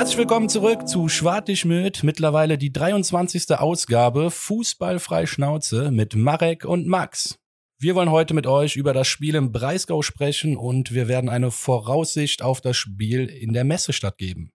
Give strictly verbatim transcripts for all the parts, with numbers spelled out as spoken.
Herzlich willkommen zurück zu Schwartig-Möd, mittlerweile die dreiundzwanzigste Ausgabe Fußballfrei Schnauze mit Marek und Max. Wir wollen heute mit euch über das Spiel im Breisgau sprechen und wir werden eine Voraussicht auf das Spiel in der Messestadt geben.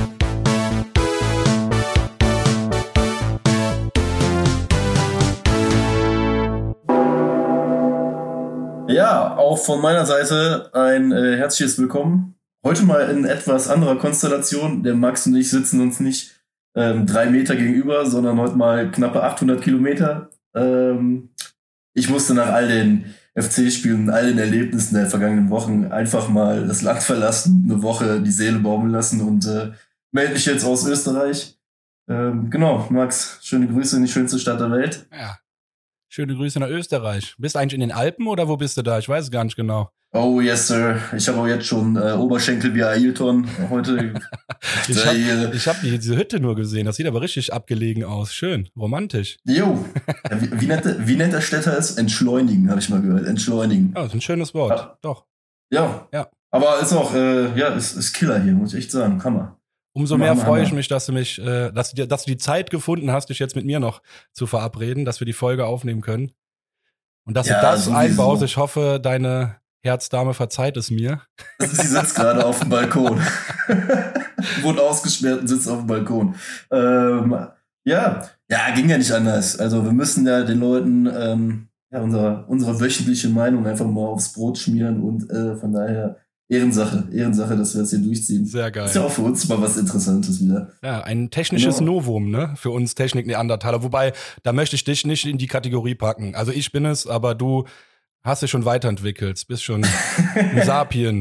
Ja, auch von meiner Seite ein äh, herzliches Willkommen. Heute mal in etwas anderer Konstellation. Der Max und ich sitzen uns nicht ähm, drei Meter gegenüber, sondern heute mal knappe achthundert Kilometer. Ähm, ich musste nach all den F C-Spielen, all den Erlebnissen der vergangenen Wochen einfach mal das Land verlassen, eine Woche die Seele baumeln lassen und äh, melde mich jetzt aus Österreich. Ähm, genau, Max, schöne Grüße in die schönste Stadt der Welt. Ja, schöne Grüße nach Österreich. Bist du eigentlich in den Alpen oder wo bist du da? Ich weiß es gar nicht genau. Oh yes, Sir. Ich habe auch jetzt schon äh, Oberschenkel wie Ailton heute. ich habe hab die, diese Hütte nur gesehen. Das sieht aber richtig abgelegen aus. Schön, romantisch. Jo. Ja, wie, wie, nennt, wie nennt der Städter es? Entschleunigen, habe ich mal gehört. Entschleunigen. Ja, das ist ein schönes Wort. Ja. Doch. Ja. ja. Aber ist auch, äh, ja, ist, ist Killer hier, muss ich echt sagen. Hammer. Umso Hammer, mehr Hammer, freue ich Hammer. mich, dass du mich, äh, dass du, dass du die Zeit gefunden hast, dich jetzt mit mir noch zu verabreden, dass wir die Folge aufnehmen können. Und dass Ja, du das sowieso. einbaust. Ich hoffe, deine Herzdame verzeiht es mir. Sie sitzt gerade auf dem Balkon. Wurde ausgesperrt und sitzt auf dem Balkon. Ähm, ja, ja, ging ja nicht anders. Also wir müssen ja den Leuten ähm, ja, unsere, unsere wöchentliche Meinung einfach mal aufs Brot schmieren und äh, von daher Ehrensache, Ehrensache, dass wir das hier durchziehen. Sehr geil. Ist ja auch für uns mal was Interessantes wieder. Ja, ein technisches Genau. Novum, ne? Für uns Technik-Neandertaler. Wobei, da möchte ich dich nicht in die Kategorie packen. Also ich bin es, aber du hast dich schon weiterentwickelt. Bist schon ein Sapien.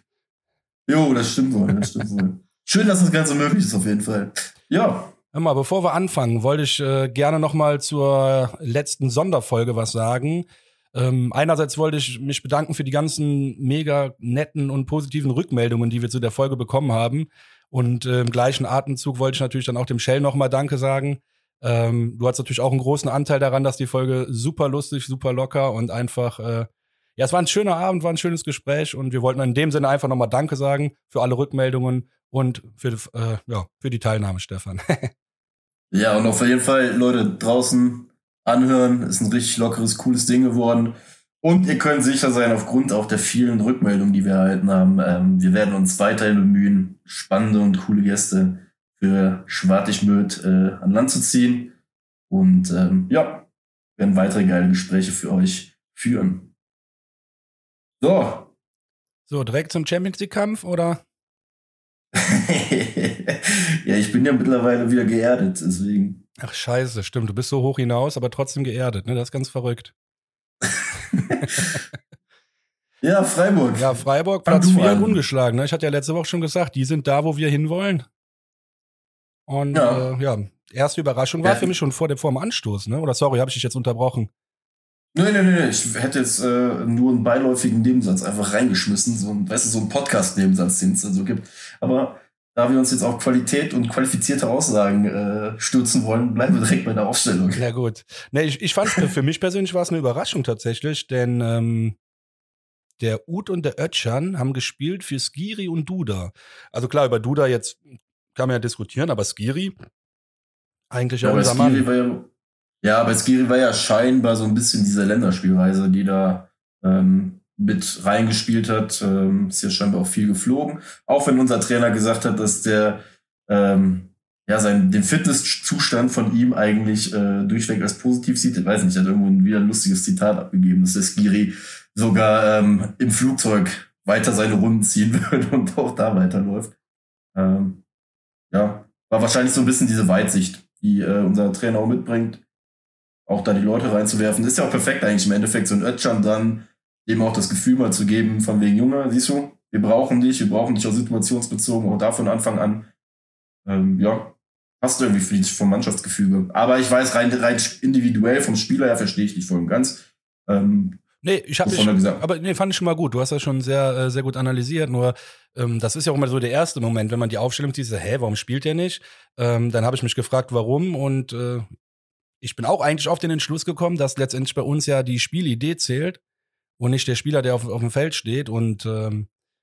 Jo, das stimmt wohl, das stimmt wohl. Schön, dass das Ganze möglich ist, auf jeden Fall. Ja. Hör mal, bevor wir anfangen, wollte ich äh, gerne noch mal zur letzten Sonderfolge was sagen. Ähm, einerseits wollte ich mich bedanken für die ganzen mega netten und positiven Rückmeldungen, die wir zu der Folge bekommen haben. Und äh, im gleichen Atemzug wollte ich natürlich dann auch dem Shell noch mal Danke sagen. Ähm, du hast natürlich auch einen großen Anteil daran, dass die Folge super lustig, super locker und einfach, äh, ja, es war ein schöner Abend, war ein schönes Gespräch und wir wollten in dem Sinne einfach nochmal Danke sagen für alle Rückmeldungen und für, äh, ja, für die Teilnahme, Stefan. Ja, und auf jeden Fall, Leute, draußen anhören, ist ein richtig lockeres, cooles Ding geworden. Und ihr könnt sicher sein, aufgrund auch der vielen Rückmeldungen, die wir erhalten haben, ähm, wir werden uns weiterhin bemühen, spannende und coole Gäste für Schwartig-Möd äh, an Land zu ziehen. Und ähm, ja, werden weitere geile Gespräche für euch führen. So. So, direkt zum Champions League-Kampf, oder? Ja, ich bin ja mittlerweile wieder geerdet, deswegen. Ach scheiße, stimmt, du bist so hoch hinaus, aber trotzdem geerdet, ne? Das ist ganz verrückt. Ja, Freiburg. Ja, Freiburg, Platz vier ungeschlagen, ne? Ich hatte ja letzte Woche schon gesagt, die sind da, wo wir hinwollen. Und ja, äh, ja erste Überraschung war ja für mich schon vor dem, vor dem Anstoß, ne? Oder sorry, habe ich dich jetzt unterbrochen? Nee, nee, nee, ich hätte jetzt äh, nur einen beiläufigen Nebensatz einfach reingeschmissen, so ein, weißt du, so ein Podcast-Nebensatz, den es da so gibt. Aber da wir uns jetzt auf Qualität und qualifizierte Aussagen äh, stürzen wollen, bleiben wir direkt bei der Aufstellung. Ja gut. Nee, ich, ich fand, für mich persönlich war es eine Überraschung tatsächlich, denn ähm, der Uth und der Özcan haben gespielt für Skiri und Duda. Also klar, über Duda jetzt kann man ja diskutieren, aber Skiri eigentlich ja, ja unser Mann. War ja, ja, bei Skiri war ja scheinbar so ein bisschen diese Länderspielreise, die da ähm, mit reingespielt hat. Ähm, ist ja scheinbar auch viel geflogen. Auch wenn unser Trainer gesagt hat, dass der ähm, ja sein, den Fitnesszustand von ihm eigentlich äh, durchweg als positiv sieht. Ich weiß nicht, er hat irgendwo wieder ein lustiges Zitat abgegeben, dass der Skiri sogar ähm, im Flugzeug weiter seine Runden ziehen würde und auch da weiterläuft. Ähm, ja, war wahrscheinlich so ein bisschen diese Weitsicht, die äh, unser Trainer auch mitbringt, auch da die Leute reinzuwerfen. Ist ja auch perfekt eigentlich im Endeffekt, so ein Özcan dann eben auch das Gefühl mal zu geben, von wegen, Junge, siehst du, wir brauchen dich, wir brauchen dich auch situationsbezogen, auch da von Anfang an. Ähm, ja, passt irgendwie für dich vom Mannschaftsgefüge. Aber ich weiß, rein, rein individuell vom Spieler her verstehe ich dich voll und ganz. Ähm, Nee, ich habe mich, aber nee, fand ich schon mal gut. Du hast das schon sehr, sehr gut analysiert. Nur ähm, das ist ja auch immer so der erste Moment, wenn man die Aufstellung sieht, so, hä, warum spielt der nicht? Ähm, dann habe ich mich gefragt, warum. Und äh, ich bin auch eigentlich auf den Entschluss gekommen, dass letztendlich bei uns ja die Spielidee zählt und nicht der Spieler, der auf, auf dem Feld steht. Und ähm,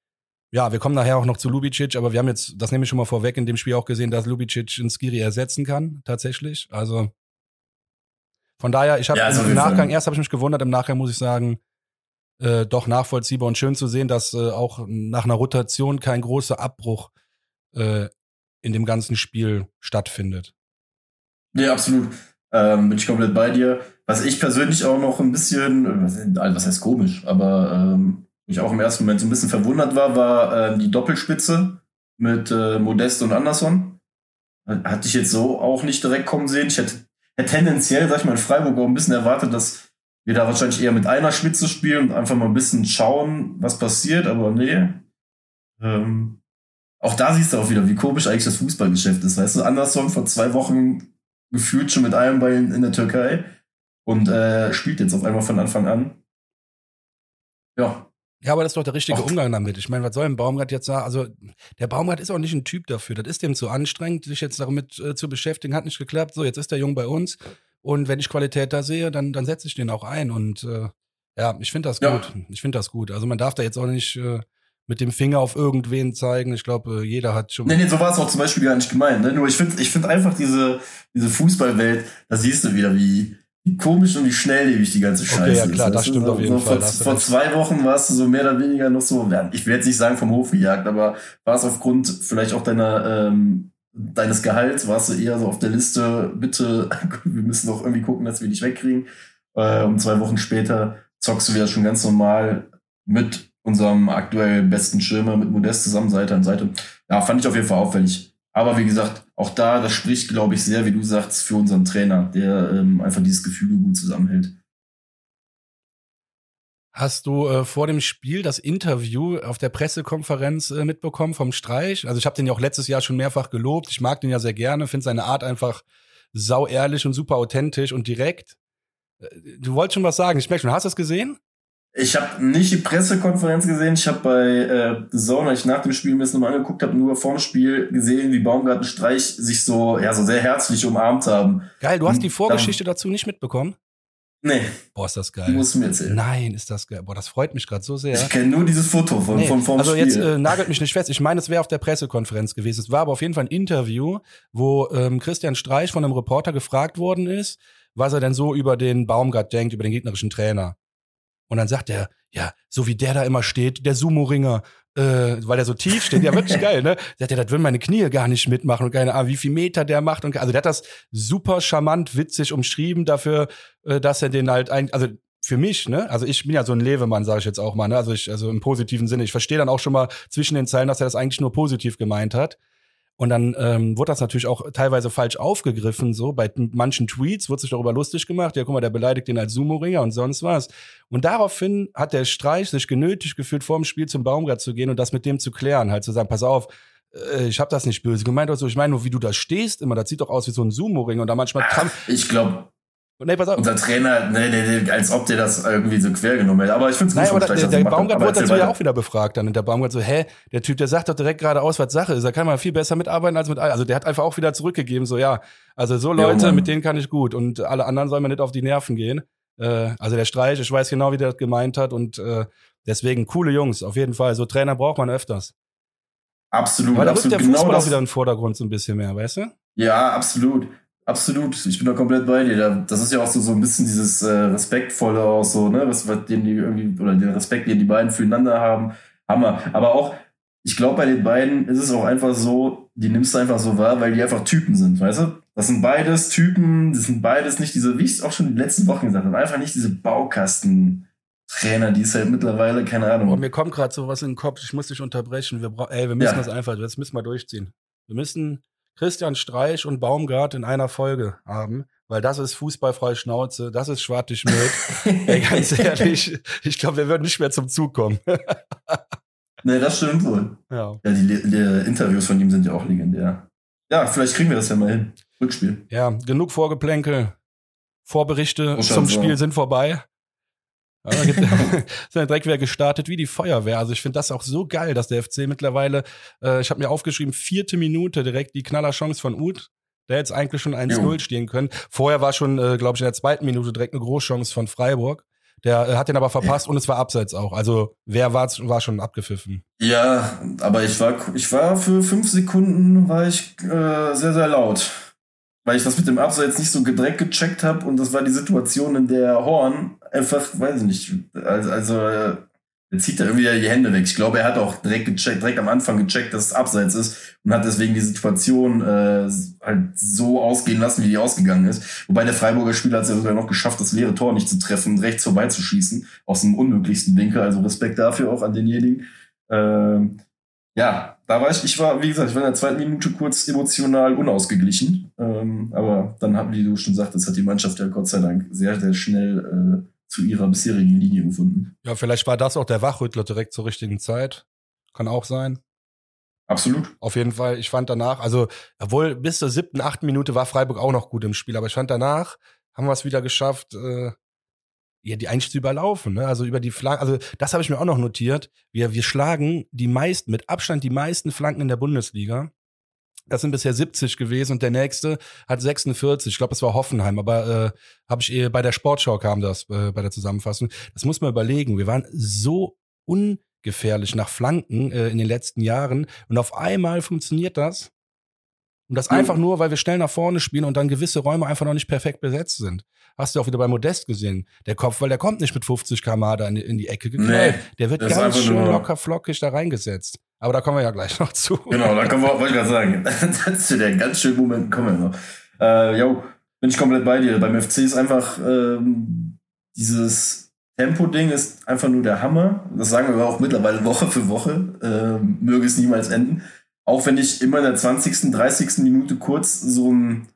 Ja, wir kommen nachher auch noch zu Lubicic, aber wir haben jetzt, das nehme ich schon mal vorweg, in dem Spiel auch gesehen, dass Lubicic in Skiri ersetzen kann, tatsächlich. Also von daher, ich habe Ja, ist auf im jeden Fall. Nachgang, erst habe ich mich gewundert, im Nachgang muss ich sagen, äh, doch nachvollziehbar und schön zu sehen, dass äh, auch nach einer Rotation kein großer Abbruch äh, in dem ganzen Spiel stattfindet. Nee, absolut. Ähm, bin ich komplett bei dir. Was ich persönlich auch noch ein bisschen, äh, was, was heißt komisch, aber ähm, ich auch im ersten Moment so ein bisschen verwundert war, war äh, die Doppelspitze mit äh, Modest und Anderson. Hatte ich jetzt so auch nicht direkt kommen sehen. Ich hätte, hätte tendenziell, sag ich mal, in Freiburg auch ein bisschen erwartet, dass wir da wahrscheinlich eher mit einer Spitze spielen und einfach mal ein bisschen schauen, was passiert, aber nee. Ähm, auch da siehst du auch wieder, wie komisch eigentlich das Fußballgeschäft ist. Weißt du, Anderson vor zwei Wochen gefühlt schon mit einem Bein in der Türkei und äh, spielt jetzt auf einmal von Anfang an. Ja. Ja, aber das ist doch der richtige Och. Umgang damit. Ich meine, was soll ein Baumgart jetzt sagen? Also, der Baumgart ist auch nicht ein Typ dafür. Das ist dem zu anstrengend, sich jetzt damit äh, zu beschäftigen. Hat nicht geklappt. So, jetzt ist der Jung bei uns. Und wenn ich Qualität da sehe, dann, dann setze ich den auch ein. Und äh, ja, ich finde das Ja. gut. Ich finde das gut. Also, man darf da jetzt auch nicht äh, mit dem Finger auf irgendwen zeigen. Ich glaube, äh, jeder hat schon. Nee, nee, so war es auch zum Beispiel gar nicht gemeint. Ne? Nur ich finde ich find einfach diese, diese Fußballwelt, da siehst du wieder, wie, wie komisch und wie schnelllebig die ganze Scheiße Okay, ja klar, ist. das stimmt so, auf jeden so Fall. Vor, da vor hast du zwei Wochen warst du so mehr oder weniger noch so, ja, ich will jetzt nicht sagen vom Hof gejagt, aber war es aufgrund vielleicht auch deiner, ähm, deines Gehalts, warst du eher so auf der Liste, bitte, wir müssen doch irgendwie gucken, dass wir dich wegkriegen. Äh, und zwei Wochen später zockst du wieder schon ganz normal mit unserem aktuell besten Stürmer, mit Modest zusammen, Seite an Seite. Ja, fand ich auf jeden Fall auffällig. Aber wie gesagt, auch da, das spricht, glaube ich, sehr, wie du sagst, für unseren Trainer, der ähm, einfach dieses Gefüge gut zusammenhält. Hast du äh, vor dem Spiel das Interview auf der Pressekonferenz äh, mitbekommen vom Streich? Also ich habe den ja auch letztes Jahr schon mehrfach gelobt. Ich mag den ja sehr gerne, finde seine Art einfach sau ehrlich und super authentisch und direkt. Äh, Du wolltest schon was sagen, ich merke schon. Hast du es gesehen? Ich habe nicht die Pressekonferenz gesehen. Ich habe bei äh, The Zone, als ich nach dem Spiel mir das nochmal angeguckt habe, nur vorm Spiel gesehen, wie Baumgart und Streich sich so, ja, so sehr herzlich umarmt haben. Geil, du hast die Und Vorgeschichte dann, dazu nicht mitbekommen? Nee. Boah, ist das geil. Du musst mir erzählen. Nein, ist das geil. Boah, das freut mich gerade so sehr. Ich kenne nur dieses Foto von, nee, vom, vom also Spiel. jetzt äh, nagelt mich nicht fest. Ich meine, es wäre auf der Pressekonferenz gewesen. Es war aber auf jeden Fall ein Interview, wo ähm, Christian Streich von einem Reporter gefragt worden ist, was er denn so über den Baumgart denkt, über den gegnerischen Trainer. Und dann sagt er, ja, so wie der da immer steht, der Sumo-Ringer, äh, weil der so tief steht, ja wirklich geil, ne? Sagt er, das würden meine Knie gar nicht mitmachen und keine Ahnung, wie viel Meter der macht. Und also der hat das super charmant, witzig umschrieben dafür, äh, dass er den halt eigentlich, also für mich, ne, also ich bin ja so ein Levemann, sage ich jetzt auch mal, ne, also ich, also im positiven Sinne, ich verstehe dann auch schon mal zwischen den Zeilen, dass er das eigentlich nur positiv gemeint hat. Und dann ähm, wurde das natürlich auch teilweise falsch aufgegriffen, so bei manchen Tweets wurde sich darüber lustig gemacht, ja guck mal, der beleidigt den als Sumo-Ringer und sonst was. Und daraufhin hat der Streich sich genötigt gefühlt, vor dem Spiel zum Baumgart zu gehen und das mit dem zu klären, halt zu sagen, pass auf, äh, ich habe das nicht böse gemeint oder so, ich meine nur, wie du da stehst immer, das sieht doch aus wie so ein Sumo-Ringer und da manchmal Ach, ich glaube, nee, pass auf. unser Trainer, nee, nee, nee, als ob der das irgendwie so quer genommen hätte. Aber ich finde es Nein, gut, aber vom der, Streich, der, der dass er Baumgart macht. wurde dazu Aber ja erzähl auch wieder befragt dann. Und der Baumgart so, hä, der Typ, der sagt doch direkt geradeaus, was Sache ist. Da kann man viel besser mitarbeiten als mit all. Also der hat einfach auch wieder zurückgegeben, so ja, also so Leute, Ja, mit denen kann ich gut. Und alle anderen sollen mir nicht auf die Nerven gehen. Äh, also der Streich, ich weiß genau, wie der das gemeint hat. Und äh, deswegen, coole Jungs, auf jeden Fall. So Trainer braucht man öfters. Absolut, Aber da absolut. rückt der Fußball Genau auch das, wieder in den Vordergrund so ein bisschen mehr, weißt du? ja, absolut. Absolut. Ich bin da komplett bei dir. Da- Das ist ja auch so, so ein bisschen dieses äh, Respektvolle auch so, ne, was, was den die irgendwie, oder den Respekt, den die beiden füreinander haben. Hammer. Aber auch, ich glaube, bei den beiden ist es auch einfach so, die nimmst du einfach so wahr, weil die einfach Typen sind, weißt du? Das sind beides Typen, das sind beides nicht diese, wie ich es auch schon die letzten Wochen gesagt habe, einfach nicht diese Baukasten-Trainer, die es halt mittlerweile, keine Ahnung. Oh, mir kommt gerade so was in den Kopf, ich muss dich unterbrechen. Wir bra- ey, wir müssen Ja. das einfach, das müssen wir durchziehen. Wir müssen Christian Streich und Baumgart in einer Folge haben, weil das ist fußballfreie Schnauze, das ist Schwartig mit. Ey, ganz ehrlich, ich glaube, wir würden nicht mehr zum Zug kommen. Nee, das stimmt wohl. Ja. Ja, die, die Interviews von ihm sind ja auch legendär. Ja, vielleicht kriegen wir das ja mal hin. Rückspiel. Ja, genug Vorgeplänkel. Vorberichte Oh, zum Schatz, Spiel ja. sind vorbei. Ja, da gibt- sind ja direkt wieder gestartet wie die Feuerwehr. Also ich finde das auch so geil, dass der F C mittlerweile, äh, ich habe mir aufgeschrieben, vierte Minute direkt die Knallerchance von Uth. Der hätte eigentlich schon eins null Jo. stehen können. Vorher war schon, äh, glaube ich, in der zweiten Minute direkt eine Großchance von Freiburg. Der äh, hat den aber verpasst und es war abseits auch. Also wer war, war schon abgepfiffen. Ja, aber ich war, ich war für fünf Sekunden war ich äh, sehr, sehr laut. Weil ich das mit dem Abseits nicht so direkt gecheckt habe und das war die Situation, in der Horn einfach, weiß ich nicht, also, also äh, er zieht da irgendwie die Hände weg. Ich glaube, er hat auch direkt gecheckt, direkt am Anfang gecheckt, dass es Abseits ist und hat deswegen die Situation äh, halt so ausgehen lassen, wie die ausgegangen ist. Wobei der Freiburger Spieler hat es ja sogar noch geschafft, das leere Tor nicht zu treffen und rechts vorbeizuschießen, aus dem unmöglichsten Winkel. Also Respekt dafür auch an denjenigen. Ähm, ja, da war ich, ich war, wie gesagt, ich war in der zweiten Minute kurz emotional unausgeglichen. Ähm, aber dann hat, wie du schon sagtest, hat die Mannschaft ja Gott sei Dank sehr, sehr schnell äh, zu ihrer bisherigen Linie gefunden. Ja, vielleicht war das auch der Wachrüttler direkt zur richtigen Zeit. Kann auch sein. Absolut. Auf jeden Fall. Ich fand danach, also, obwohl bis zur siebten, achten Minute war Freiburg auch noch gut im Spiel, aber ich fand danach, haben wir es wieder geschafft, äh, ja, die eigentlich zu überlaufen, ne? Also über die Flanken, also das habe ich mir auch noch notiert. Wir, wir schlagen die meisten, mit Abstand die meisten Flanken in der Bundesliga. Das sind bisher siebzig gewesen und der nächste hat sechsundvierzig. Ich glaube, es war Hoffenheim, aber äh, habe ich eh, bei der Sportschau kam das äh, bei der Zusammenfassung. Das muss man überlegen. Wir waren so ungefährlich nach Flanken äh, in den letzten Jahren und auf einmal funktioniert das. Und das einfach nur, weil wir schnell nach vorne spielen und dann gewisse Räume einfach noch nicht perfekt besetzt sind. Hast du auch wieder bei Modest gesehen. Der Kopfball, der kommt nicht mit fünfzig Kilometer pro Stunde da in, in die Ecke geknallt. Nee, der wird ganz schön locker flockig da reingesetzt. Aber da kommen wir ja gleich noch zu. Genau, da kommen wir, wollte ich gerade sagen. Das ist ja der ganz schöne Moment, kommen wir noch. Äh, jo, bin ich komplett bei dir. Beim F C ist einfach ähm, dieses Tempo-Ding ist einfach nur der Hammer. Das sagen wir aber auch mittlerweile Woche für Woche. Ähm, möge es niemals enden. Auch wenn ich immer in der zwanzigsten, dreißigsten Minute kurz so ein,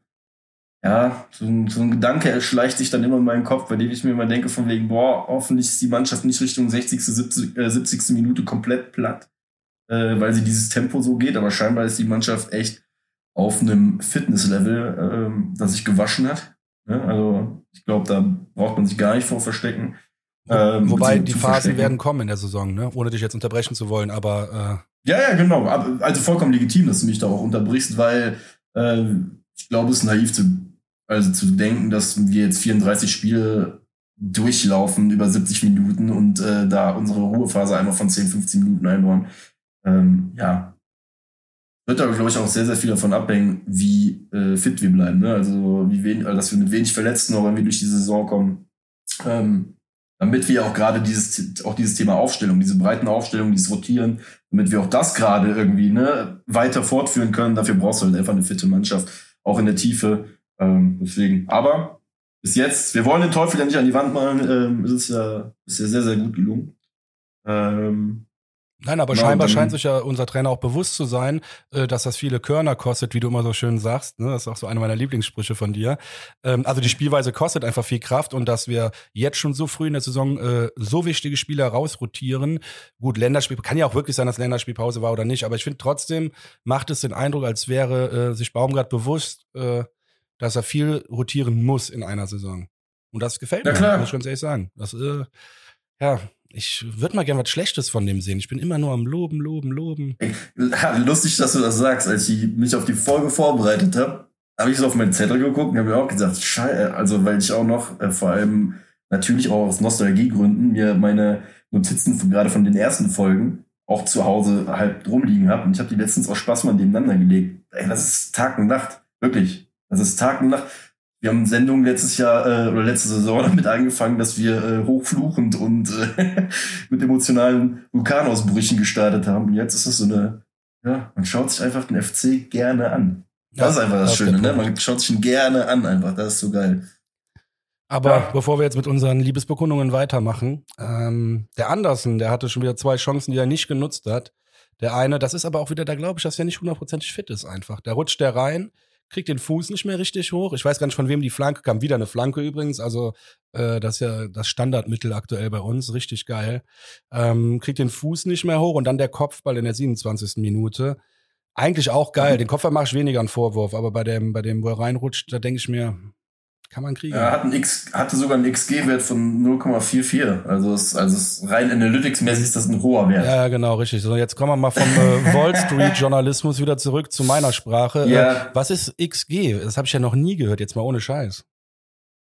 ja, so ein, so ein Gedanke erschleicht sich dann immer in meinen Kopf, bei dem ich mir immer denke von wegen, boah, hoffentlich ist die Mannschaft nicht Richtung sechzigste, siebzigste Minute komplett platt, äh, weil sie dieses Tempo so geht. Aber scheinbar ist die Mannschaft echt auf einem Fitnesslevel, ähm, das sich gewaschen hat. Ja, also ich glaube, da braucht man sich gar nicht vor verstecken. Ähm, Wobei die Phasen werden kommen in der Saison, ne? Ohne dich jetzt unterbrechen zu wollen, aber äh Ja, ja, genau. Also vollkommen legitim, dass du mich da auch unterbrichst, weil äh, ich glaube, es ist naiv zu, also zu denken, dass wir jetzt vierunddreißig Spiele durchlaufen über siebzig Minuten und äh, da unsere Ruhephase einmal von zehn, fünfzehn Minuten einbauen. Ähm, ja. Wird aber, glaube ich, auch sehr, sehr viel davon abhängen, wie äh, fit wir bleiben. Ne? Also, wie wenig, also, dass wir mit wenig Verletzten auch irgendwie durch die Saison kommen. Ähm, damit wir auch gerade dieses, auch dieses Thema Aufstellung, diese breiten Aufstellungen, dieses Rotieren, damit wir auch das gerade irgendwie ne, weiter fortführen können. Dafür brauchst du halt einfach eine fitte Mannschaft, auch in der Tiefe. Ähm, deswegen. Aber bis jetzt, wir wollen den Teufel ja nicht an die Wand malen. Ähm, es ist ja, ist ja sehr, sehr gut gelungen. Ähm, Nein, aber genau, scheinbar dann, scheint sich ja unser Trainer auch bewusst zu sein, äh, dass das viele Körner kostet, wie du immer so schön sagst. Ne? Das ist auch so einer meiner Lieblingssprüche von dir. Ähm, also die Spielweise kostet einfach viel Kraft und dass wir jetzt schon so früh in der Saison äh, so wichtige Spieler rausrotieren. Gut, Länderspiel, kann ja auch wirklich sein, dass Länderspielpause war oder nicht, aber ich finde trotzdem macht es den Eindruck, als wäre äh, sich Baumgart bewusst, äh, dass er viel rotieren muss in einer Saison. Und das gefällt ja, mir, klar. muss ich ganz ehrlich sagen. Das, äh, ja, ich würde mal gerne was Schlechtes von dem sehen. Ich bin immer nur am Loben, Loben, Loben. Ja, lustig, dass du das sagst. Als ich mich auf die Folge vorbereitet habe, habe ich so auf meinen Zettel geguckt und habe mir auch gesagt, scheiße, also weil ich auch noch, äh, vor allem natürlich auch aus Nostalgiegründen, mir meine Notizen von, gerade von den ersten Folgen auch zu Hause halt rumliegen habe. Und ich habe die letztens aus Spaß mal nebeneinander gelegt. Ey, das ist Tag und Nacht. Wirklich. Das ist Tag und Nacht. Wir haben Sendungen letztes Jahr äh, oder letzte Saison damit angefangen, dass wir äh, hochfluchend und äh, mit emotionalen Vulkanausbrüchen gestartet haben. Und jetzt ist es so eine, ja, man schaut sich einfach den F C gerne an. Das ja, ist einfach das, das Schöne, ne? Man schaut sich ihn gerne an einfach. Das ist so geil. Aber ja. Bevor wir jetzt mit unseren Liebesbekundungen weitermachen, ähm, der Andersen, der hatte schon wieder zwei Chancen, die er nicht genutzt hat. Der eine, das ist aber auch wieder, da glaube ich, dass er nicht hundertprozentig fit ist einfach. Da rutscht der rein, kriegt den Fuß nicht mehr richtig hoch. Ich weiß gar nicht, von wem die Flanke kam. Wieder eine Flanke übrigens. Also äh, das ist ja das Standardmittel aktuell bei uns. Richtig geil. Ähm, kriegt den Fuß nicht mehr hoch und dann der Kopfball in der siebenundzwanzigsten Minute. Eigentlich auch geil. Den Kopfball mache ich weniger einen Vorwurf. Aber bei dem, bei dem, wo er reinrutscht, da denke ich mir, kann man kriegen. Er hat ein X, hatte sogar einen X G-Wert von null Komma vierundvierzig. Also es, also es rein Analytics-mäßig ist das ein hoher Wert. Ja, genau, richtig. So, jetzt kommen wir mal vom äh, Wall Street-Journalismus wieder zurück zu meiner Sprache. Ja. Äh, was ist X G? Das habe ich ja noch nie gehört, jetzt mal ohne Scheiß.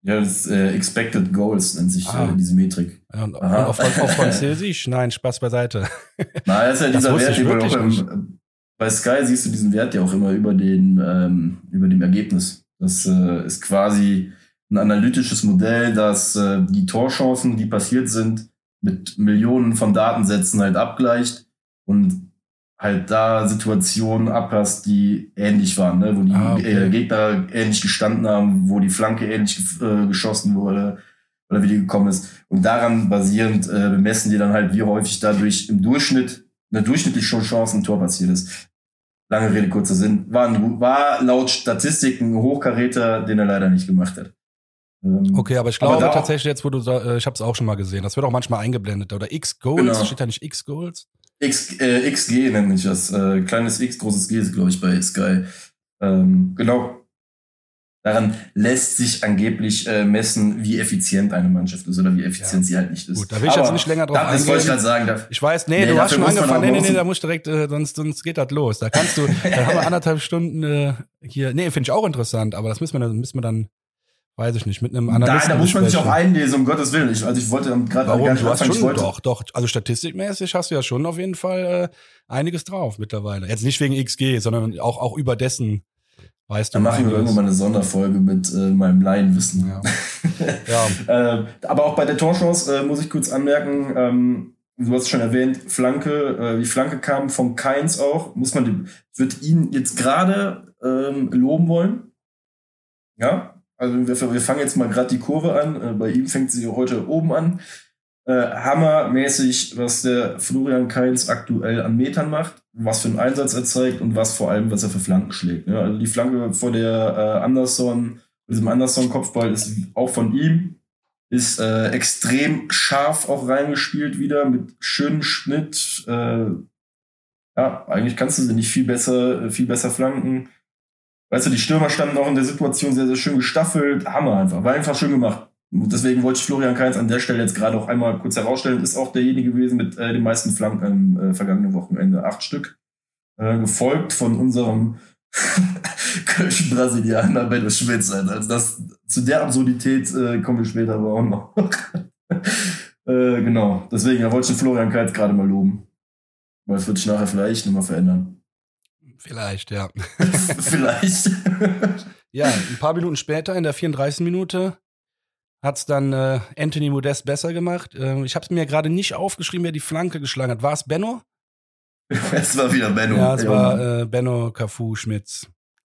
Ja, das äh, Expected Goals nennt sich Ah. äh, diese Metrik. Ja, und, und auf, auf Französisch? Nein, Spaß beiseite. Na, das ist ja Das dieser wusste Wert, ich den man wirklich auch nicht. im, bei Sky siehst du diesen Wert ja auch immer über den ähm, über dem Ergebnis. Das äh, ist quasi ein analytisches Modell, das äh, die Torchancen, die passiert sind, mit Millionen von Datensätzen halt abgleicht und halt da Situationen abpasst, die ähnlich waren, ne? Wo die Ah, okay. äh, Gegner ähnlich gestanden haben, wo die Flanke ähnlich äh, geschossen wurde oder wie die gekommen ist. Und daran basierend äh, bemessen die dann halt, wie häufig dadurch im Durchschnitt eine durchschnittliche Chance ein Tor passiert ist. Lange Rede, kurzer Sinn. War, ein, war laut Statistiken ein Hochkaräter, den er leider nicht gemacht hat. Ähm, Okay, aber ich glaube aber da auch- tatsächlich jetzt, wo du sa- äh, ich habe es auch schon mal gesehen. Das wird auch manchmal eingeblendet. Oder X-Goals, Genau. steht da nicht X-Goals? X, äh, X G nennt sich das. Äh, kleines X, großes G ist, glaube ich, bei Sky. Ähm, genau. Daran lässt sich angeblich äh, messen, wie effizient eine Mannschaft ist oder wie effizient Ja. sie halt nicht ist. Gut, da will ich jetzt nicht länger drauf da, Das wollte ich eingehen. gerade sagen. Da, Ich weiß, nee, Nee, du hast dafür schon muss man angefangen. auch Nee, nee, noch- nee, da musst du direkt, äh, sonst, sonst geht das los. Da kannst du, da haben wir anderthalb Stunden äh, hier. Nee, finde ich auch interessant, aber das müssen wir, dann- müssen wir dann, weiß ich nicht, mit einem da, Analysten da muss man sich auch besprechen. einlesen, um Gottes Willen. Ich, also ich wollte gerade Warum? gar nicht Du hast anfangen. Ich schon, wollte, doch, doch. Also statistikmäßig hast du ja schon auf jeden Fall äh, einiges drauf mittlerweile. Jetzt nicht wegen X G, sondern auch, auch über dessen, weißt du. Dann machen wir einiges. irgendwann mal eine Sonderfolge mit äh, meinem Laienwissen. Ja. Ja. äh, aber auch bei der Torchance äh, muss ich kurz anmerken, ähm, du hast es schon erwähnt, Flanke, äh, die Flanke kam von Keins auch, muss man, dem- ich würde ihn jetzt gerade ähm, loben wollen. Ja, also wir, wir fangen jetzt mal gerade die Kurve an, äh, bei ihm fängt sie heute oben an. Äh, hammermäßig, was der Florian Kainz aktuell an Metern macht, was für einen Einsatz er zeigt und was vor allem, was er für Flanken schlägt. Ne? Also die Flanke vor der äh, Anderson, diesem Anderson-Kopfball ist auch von ihm, ist äh, extrem scharf auch reingespielt wieder, mit schönem Schnitt. Äh, ja, eigentlich kannst du sie nicht viel besser, äh, viel besser flanken. Weißt du, die Stürmer standen auch in der Situation sehr, sehr schön gestaffelt. Hammer einfach, war einfach schön gemacht. Und deswegen wollte ich Florian Kainz an der Stelle jetzt gerade auch einmal kurz herausstellen, ist auch derjenige gewesen mit äh, den meisten Flanken am äh, vergangenen Wochenende. Acht Stück. Äh, gefolgt von unserem kölschen Brasilianer Benno Schmitz. Also das, zu der Absurdität äh, kommen wir später aber auch noch. äh, genau, deswegen da wollte ich den Florian Kainz gerade mal loben. Weil es wird sich nachher vielleicht nochmal verändern. Vielleicht, ja. Vielleicht. Ja, ein paar Minuten später, in der vierunddreißigsten Minute, hat's dann äh, Anthony Modest besser gemacht. Äh, ich habe es mir gerade nicht aufgeschrieben, wer die Flanke geschlagen hat. War es Benno? Es war wieder Benno. Ja, es Ja, war Mann. äh, Benno Cafu Schmitz.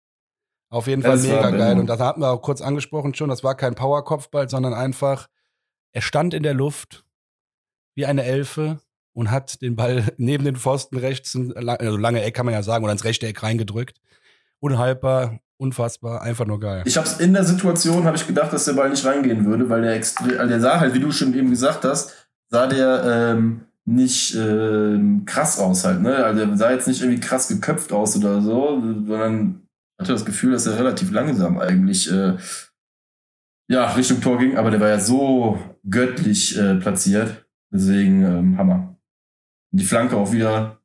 Auf jeden Fall Es war mega geil. Benno. Und das hatten wir auch kurz angesprochen schon. Das war kein Powerkopfball, sondern einfach, er stand in der Luft wie eine Elfe und hat den Ball neben den Pfosten rechts, also lange Eck kann man ja sagen, oder ins rechte Eck reingedrückt. Unhaltbar, unfassbar, einfach nur geil. Ich hab's in der Situation, habe ich gedacht, dass der Ball nicht reingehen würde, weil der extrem, also der sah halt, wie du schon eben gesagt hast, sah der ähm, nicht ähm, krass aus halt, ne? Also der sah jetzt nicht irgendwie krass geköpft aus oder so, sondern ich hatte das Gefühl, dass er relativ langsam eigentlich äh, ja, Richtung Tor ging, aber der war ja so göttlich äh, platziert. Deswegen ähm, Hammer. Und die Flanke auch wieder.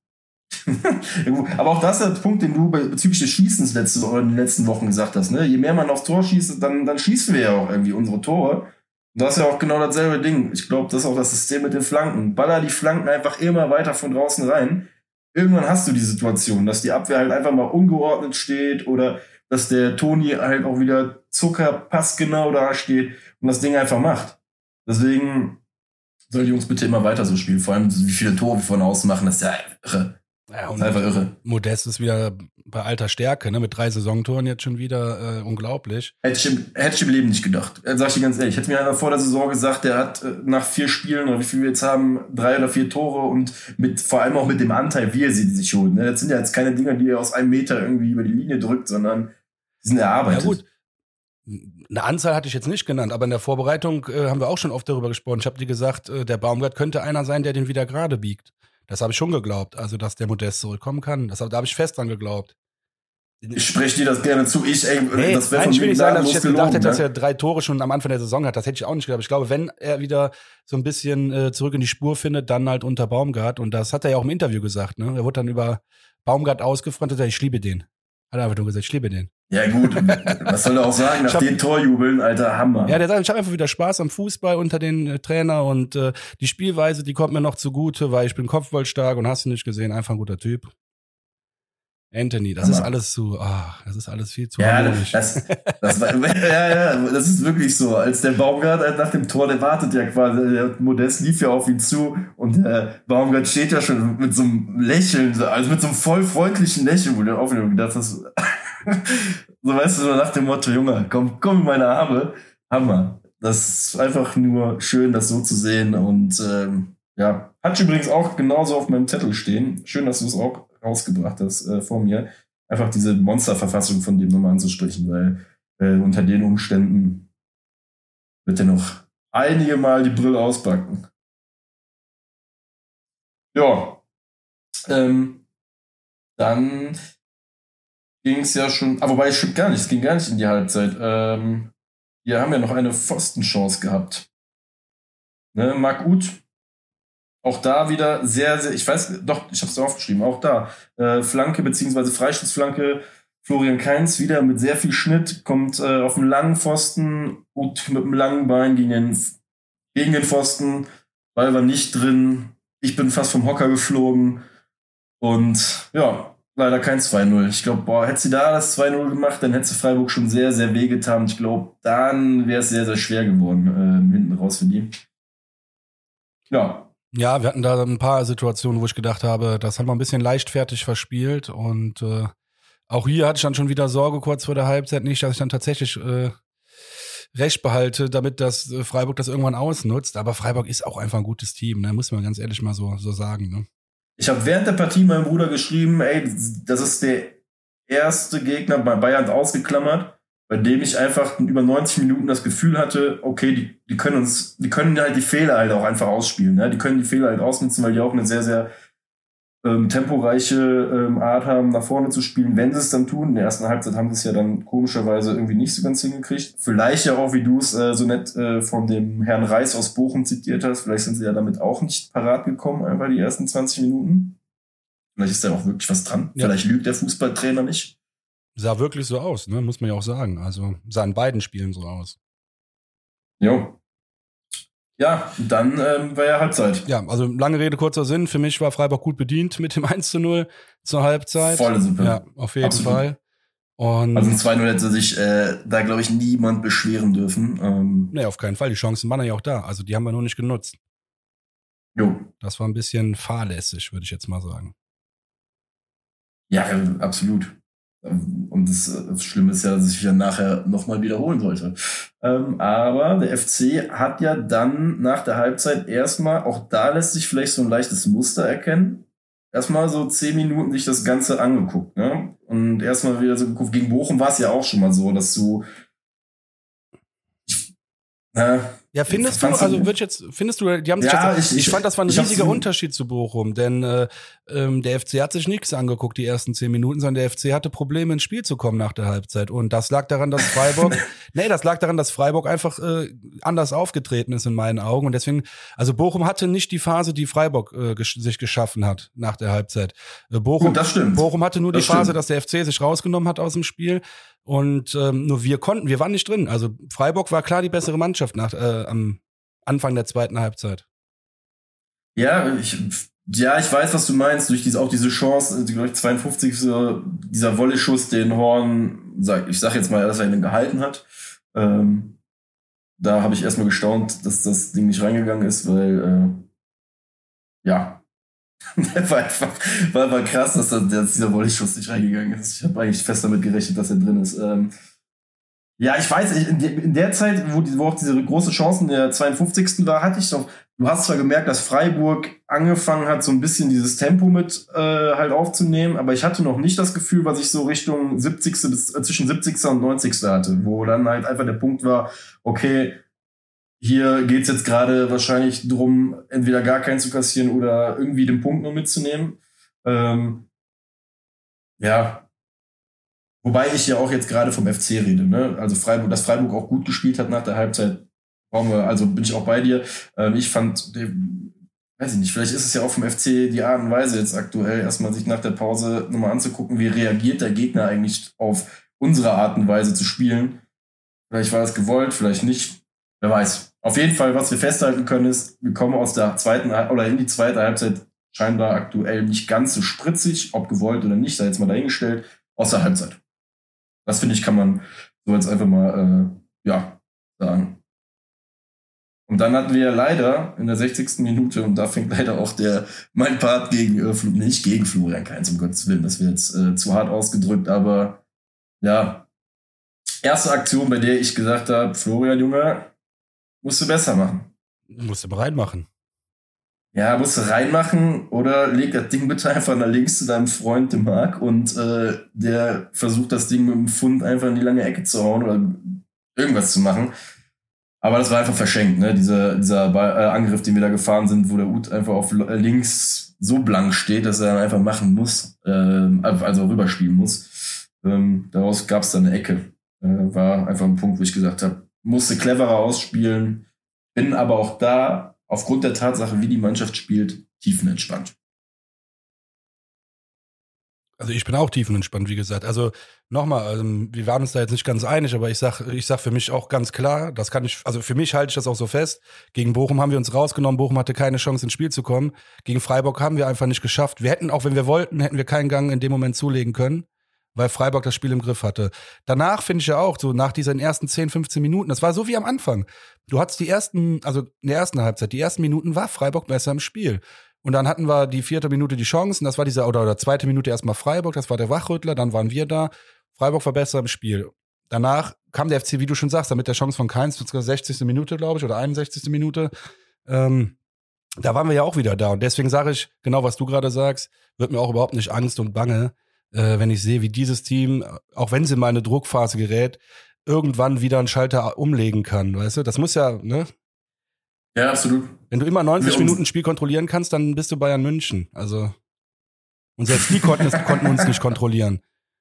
Ja, gut. Aber auch das ist der Punkt, den du be- bezüglich des Schießens letzte, oder in den letzten Wochen gesagt hast. Ne? Je mehr man aufs Tor schießt, dann, dann schießen wir ja auch irgendwie unsere Tore. Und das ist ja auch genau dasselbe Ding. Ich glaube, das ist auch das System mit den Flanken. Baller die Flanken einfach immer weiter von draußen rein. Irgendwann hast du die Situation, dass die Abwehr halt einfach mal ungeordnet steht oder dass der Toni halt auch wieder zuckerpassgenau da steht und das Ding einfach macht. Deswegen sollen die Jungs bitte immer weiter so spielen. Vor allem, wie viele Tore wir von außen machen, das ist ja irre. Ja, Das und ist einfach irre. Modest ist wieder bei alter Stärke, ne? Mit drei Saisontoren jetzt schon wieder äh, unglaublich. Hätte ich, im, hätte ich im Leben nicht gedacht. Äh, Sag ich dir ganz ehrlich. Hätte mir einer vor der Saison gesagt, der hat äh, nach vier Spielen oder wie viel wir jetzt haben, drei oder vier Tore und mit vor allem auch mit dem Anteil, wie er sie sich holt. Ne? Das sind ja jetzt keine Dinger, die er aus einem Meter irgendwie über die Linie drückt, sondern die sind erarbeitet. Ja gut, eine Anzahl hatte ich jetzt nicht genannt, aber in der Vorbereitung äh, haben wir auch schon oft darüber gesprochen. Ich habe dir gesagt, äh, der Baumgart könnte einer sein, der den wieder gerade biegt. Das habe ich schon geglaubt, also dass der Modest zurückkommen kann. Das, da habe ich fest dran geglaubt. Ich spreche dir das gerne zu. Ich, ey, Nee, das wäre nein, von ich will mir nicht sagen, dass ich gnadenlos jetzt gedacht hätte, gelogen, dass ne? er drei Tore schon am Anfang der Saison hat. Das hätte ich auch nicht gedacht. Ich glaube, wenn er wieder so ein bisschen äh, zurück in die Spur findet, dann halt unter Baumgart. Und das hat er ja auch im Interview gesagt. Ne? Er wurde dann über Baumgart ausgefrontet. Ich liebe den. Hat er einfach nur gesagt, ich liebe den. Ja gut, was soll er auch sagen, nach hab, den Torjubeln, alter Hammer. Ja, der sagt, ich habe einfach wieder Spaß am Fußball unter den äh, Trainer und äh, die Spielweise, die kommt mir noch zugute, weil ich bin kopfballstark und hast du nicht gesehen, einfach ein guter Typ. Anthony, das Hammer. ist alles zu, ah, das ist alles viel zu ja, harmonisch. Das, das war, ja, ja, das ist wirklich so. Als der Baumgart halt nach dem Tor, der wartet ja quasi, der Modest lief ja auf ihn zu und der Baumgart steht ja schon mit so einem Lächeln, also mit so einem voll freundlichen Lächeln, wo du auf ihn gedacht hast, so weißt du, so nach dem Motto, Junge, komm, komm in meine Arme. Hammer. Das ist einfach nur schön, das so zu sehen und ähm, ja, hat übrigens auch genauso auf meinem Zettel stehen. Schön, dass du es auch rausgebracht hast äh, vor mir. Einfach diese Monsterverfassung von dem nochmal anzustrichen, weil äh, unter den Umständen wird er noch einige Mal die Brille auspacken. Ja. Ähm, dann ging es ja schon, aber wobei es stimmt gar nicht, es ging gar nicht in die Halbzeit. Ähm, wir haben ja noch eine Pfostenchance gehabt. Ne, Marc Uth, auch da wieder sehr, sehr, ich weiß, doch, ich habe es aufgeschrieben, auch da. Äh, Flanke beziehungsweise Freistoßflanke, Florian Kainz wieder mit sehr viel Schnitt, kommt äh, auf einen langen Pfosten, Uth mit einem langen Bein gegen den, gegen den Pfosten, Ball war nicht drin, ich bin fast vom Hocker geflogen und ja, leider kein zwei null. Ich glaube, boah, hätte sie da das zwei null gemacht, dann hätte sie Freiburg schon sehr, sehr wehgetan. Ich glaube, dann wäre es sehr, sehr schwer geworden, äh, hinten raus für die. Ja. Ja, wir hatten da ein paar Situationen, wo ich gedacht habe, das haben wir ein bisschen leichtfertig verspielt und äh, auch hier hatte ich dann schon wieder Sorge kurz vor der Halbzeit nicht, dass ich dann tatsächlich äh, Recht behalte, damit das äh, Freiburg das irgendwann ausnutzt. Aber Freiburg ist auch einfach ein gutes Team, ne? Muss man ganz ehrlich mal so, so sagen. Ne? Ich habe während der Partie meinem Bruder geschrieben, ey, das ist der erste Gegner bei Bayern ausgeklammert, bei dem ich einfach über neunzig Minuten das Gefühl hatte, okay, die, die können uns, die können halt die Fehler halt auch einfach ausspielen. Ne? Die können die Fehler halt ausnutzen, weil die auch eine sehr, sehr ähm, temporeiche ähm, Art haben, nach vorne zu spielen, wenn sie es dann tun. In der ersten Halbzeit haben sie es ja dann komischerweise irgendwie nicht so ganz hingekriegt. Vielleicht ja auch, wie du es äh, so nett äh, von dem Herrn Reis aus Bochum zitiert hast, vielleicht sind sie ja damit auch nicht parat gekommen, einfach die ersten zwanzig Minuten. Vielleicht ist da auch wirklich was dran. Ja. Vielleicht lügt der Fußballtrainer nicht. Sah wirklich so aus, ne? Muss man ja auch sagen. Also sah in beiden Spielen so aus. Jo. Ja, dann ähm, war ja Halbzeit. Ja, also lange Rede, kurzer Sinn. Für mich war Freiburg gut bedient mit dem eins zu null zur Halbzeit. Volle Suppe. Ja, auf jeden Absolut. Fall. Und also ein zwei null hätte sich äh, da, glaube ich, niemand beschweren dürfen. Ähm, nee, auf keinen Fall. Die Chancen waren ja auch da. Also die haben wir nur nicht genutzt. Jo. Das war ein bisschen fahrlässig, würde ich jetzt mal sagen. Ja, absolut. Und das, das Schlimme ist ja, dass ich ja nachher nochmal wiederholen sollte. Ähm, aber der F C hat ja dann nach der Halbzeit erstmal, auch da lässt sich vielleicht so ein leichtes Muster erkennen, erstmal so zehn Minuten sich das Ganze angeguckt. Ne? Und erstmal wieder so geguckt, gegen Bochum war es ja auch schon mal so, dass du ich, na, Ja, findest du, also wird jetzt, findest du, die haben sich ja, jetzt, ich, ich fand, das war ein ich, riesiger ich Unterschied zu Bochum, denn äh, ähm, der F C hat sich nichts angeguckt, die ersten zehn Minuten, sondern der F C hatte Probleme ins Spiel zu kommen nach der Halbzeit und das lag daran, dass Freiburg, nee, das lag daran, dass Freiburg einfach äh, anders aufgetreten ist in meinen Augen und deswegen, also Bochum hatte nicht die Phase, die Freiburg äh, gesch- sich geschaffen hat nach der Halbzeit. Äh, Bochum, Gut, das stimmt. Bochum hatte nur das die Phase, stimmt. dass der F C sich rausgenommen hat aus dem Spiel. Und ähm, nur wir konnten, wir waren nicht drin. Also Freiburg war klar die bessere Mannschaft nach äh, am Anfang der zweiten Halbzeit. Ja, ich, ja, ich weiß, was du meinst. Durch diese, auch diese Chance, die, glaube ich, zweiundfünfzig dieser Volley-Schuss, den Horn, sag, ich sag jetzt mal, dass er ihn gehalten hat. Ähm, da habe ich erstmal gestaunt, dass das Ding nicht reingegangen ist, weil, äh, ja, war einfach, war einfach krass, dass, das, dass dieser Volley-Schuss nicht reingegangen ist. Ich habe eigentlich fest damit gerechnet, dass er drin ist. Ähm, Ja, ich weiß, ich, in, de, in der Zeit, wo, die, wo auch diese große Chance in der zweiundfünfzigsten war, hatte ich doch, du hast zwar gemerkt, dass Freiburg angefangen hat, so ein bisschen dieses Tempo mit äh, halt aufzunehmen, aber ich hatte noch nicht das Gefühl, was ich so Richtung siebzigste bis äh, zwischen siebzigsten und neunzigsten hatte, wo dann halt einfach der Punkt war, okay, hier geht's jetzt gerade wahrscheinlich drum, entweder gar keinen zu kassieren oder irgendwie den Punkt nur mitzunehmen. Ähm, ja, Wobei ich ja auch jetzt gerade vom F C rede, ne? Also Freiburg, dass Freiburg auch gut gespielt hat nach der Halbzeit, brauchen wir, also bin ich auch bei dir. Ähm, ich fand, weiß ich nicht, vielleicht ist es ja auch vom F C die Art und Weise jetzt aktuell, erstmal sich nach der Pause nochmal anzugucken, wie reagiert der Gegner eigentlich auf unserer Art und Weise zu spielen. Vielleicht war das gewollt, vielleicht nicht. Wer weiß. Auf jeden Fall, was wir festhalten können, ist, wir kommen aus der zweiten oder in die zweite Halbzeit scheinbar aktuell nicht ganz so spritzig, ob gewollt oder nicht, sei jetzt mal dahingestellt, aus der Halbzeit. Das finde ich, kann man so jetzt einfach mal äh, ja, sagen. Und dann hatten wir leider in der sechzigsten Minute, und da fängt leider auch der mein Part gegen äh, Fl- nicht gegen Florian Kainz, um Gottes Willen, das wäre jetzt äh, zu hart ausgedrückt, aber ja, erste Aktion, bei der ich gesagt habe, Florian, Junge, musst du besser machen. Musst du mal reinmachen. Ja, musst du reinmachen oder leg das Ding bitte einfach nach links zu deinem Freund, dem Marc, und äh, der versucht das Ding mit dem Pfund einfach in die lange Ecke zu hauen oder irgendwas zu machen. Aber das war einfach verschenkt, ne? Dieser, dieser Ball, äh, Angriff, den wir da gefahren sind, wo der Ut einfach auf links so blank steht, dass er dann einfach machen muss, ähm, also rüberspielen muss. Ähm, daraus gab es dann eine Ecke. Äh, war einfach ein Punkt, wo ich gesagt habe, musste cleverer ausspielen, bin aber auch da, aufgrund der Tatsache, wie die Mannschaft spielt, tiefenentspannt. Also ich bin auch tiefenentspannt, wie gesagt. Also nochmal, also wir waren uns da jetzt nicht ganz einig, aber ich sag, ich sag für mich auch ganz klar, das kann ich, also für mich halte ich das auch so fest. Gegen Bochum haben wir uns rausgenommen, Bochum hatte keine Chance ins Spiel zu kommen. Gegen Freiburg haben wir einfach nicht geschafft. Wir hätten, auch wenn wir wollten, hätten wir keinen Gang in dem Moment zulegen können, weil Freiburg das Spiel im Griff hatte. Danach finde ich ja auch, so nach diesen ersten zehn, fünfzehn Minuten, das war so wie am Anfang. Du hattest die ersten, also in der ersten Halbzeit, die ersten Minuten war Freiburg besser im Spiel. Und dann hatten wir die vierte Minute die Chancen, das war dieser, oder, oder zweite Minute erstmal Freiburg, das war der Wachrüttler, dann waren wir da. Freiburg war besser im Spiel. Danach kam der F C, wie du schon sagst, mit der Chance von Kainz, sechzigste Minute, glaube ich, oder einundsechzigste Minute. Ähm, da waren wir ja auch wieder da. Und deswegen sage ich, genau was du gerade sagst, wird mir auch überhaupt nicht Angst und Bange, äh, wenn ich sehe, wie dieses Team, auch wenn sie in mal eine Druckphase gerät, irgendwann wieder einen Schalter umlegen kann, weißt du? Das muss ja, ne? Ja, absolut. Wenn du immer neunzig Minuten Spiel kontrollieren kannst, dann bist du Bayern München. Also, und selbst die konnten, es, konnten uns nicht kontrollieren.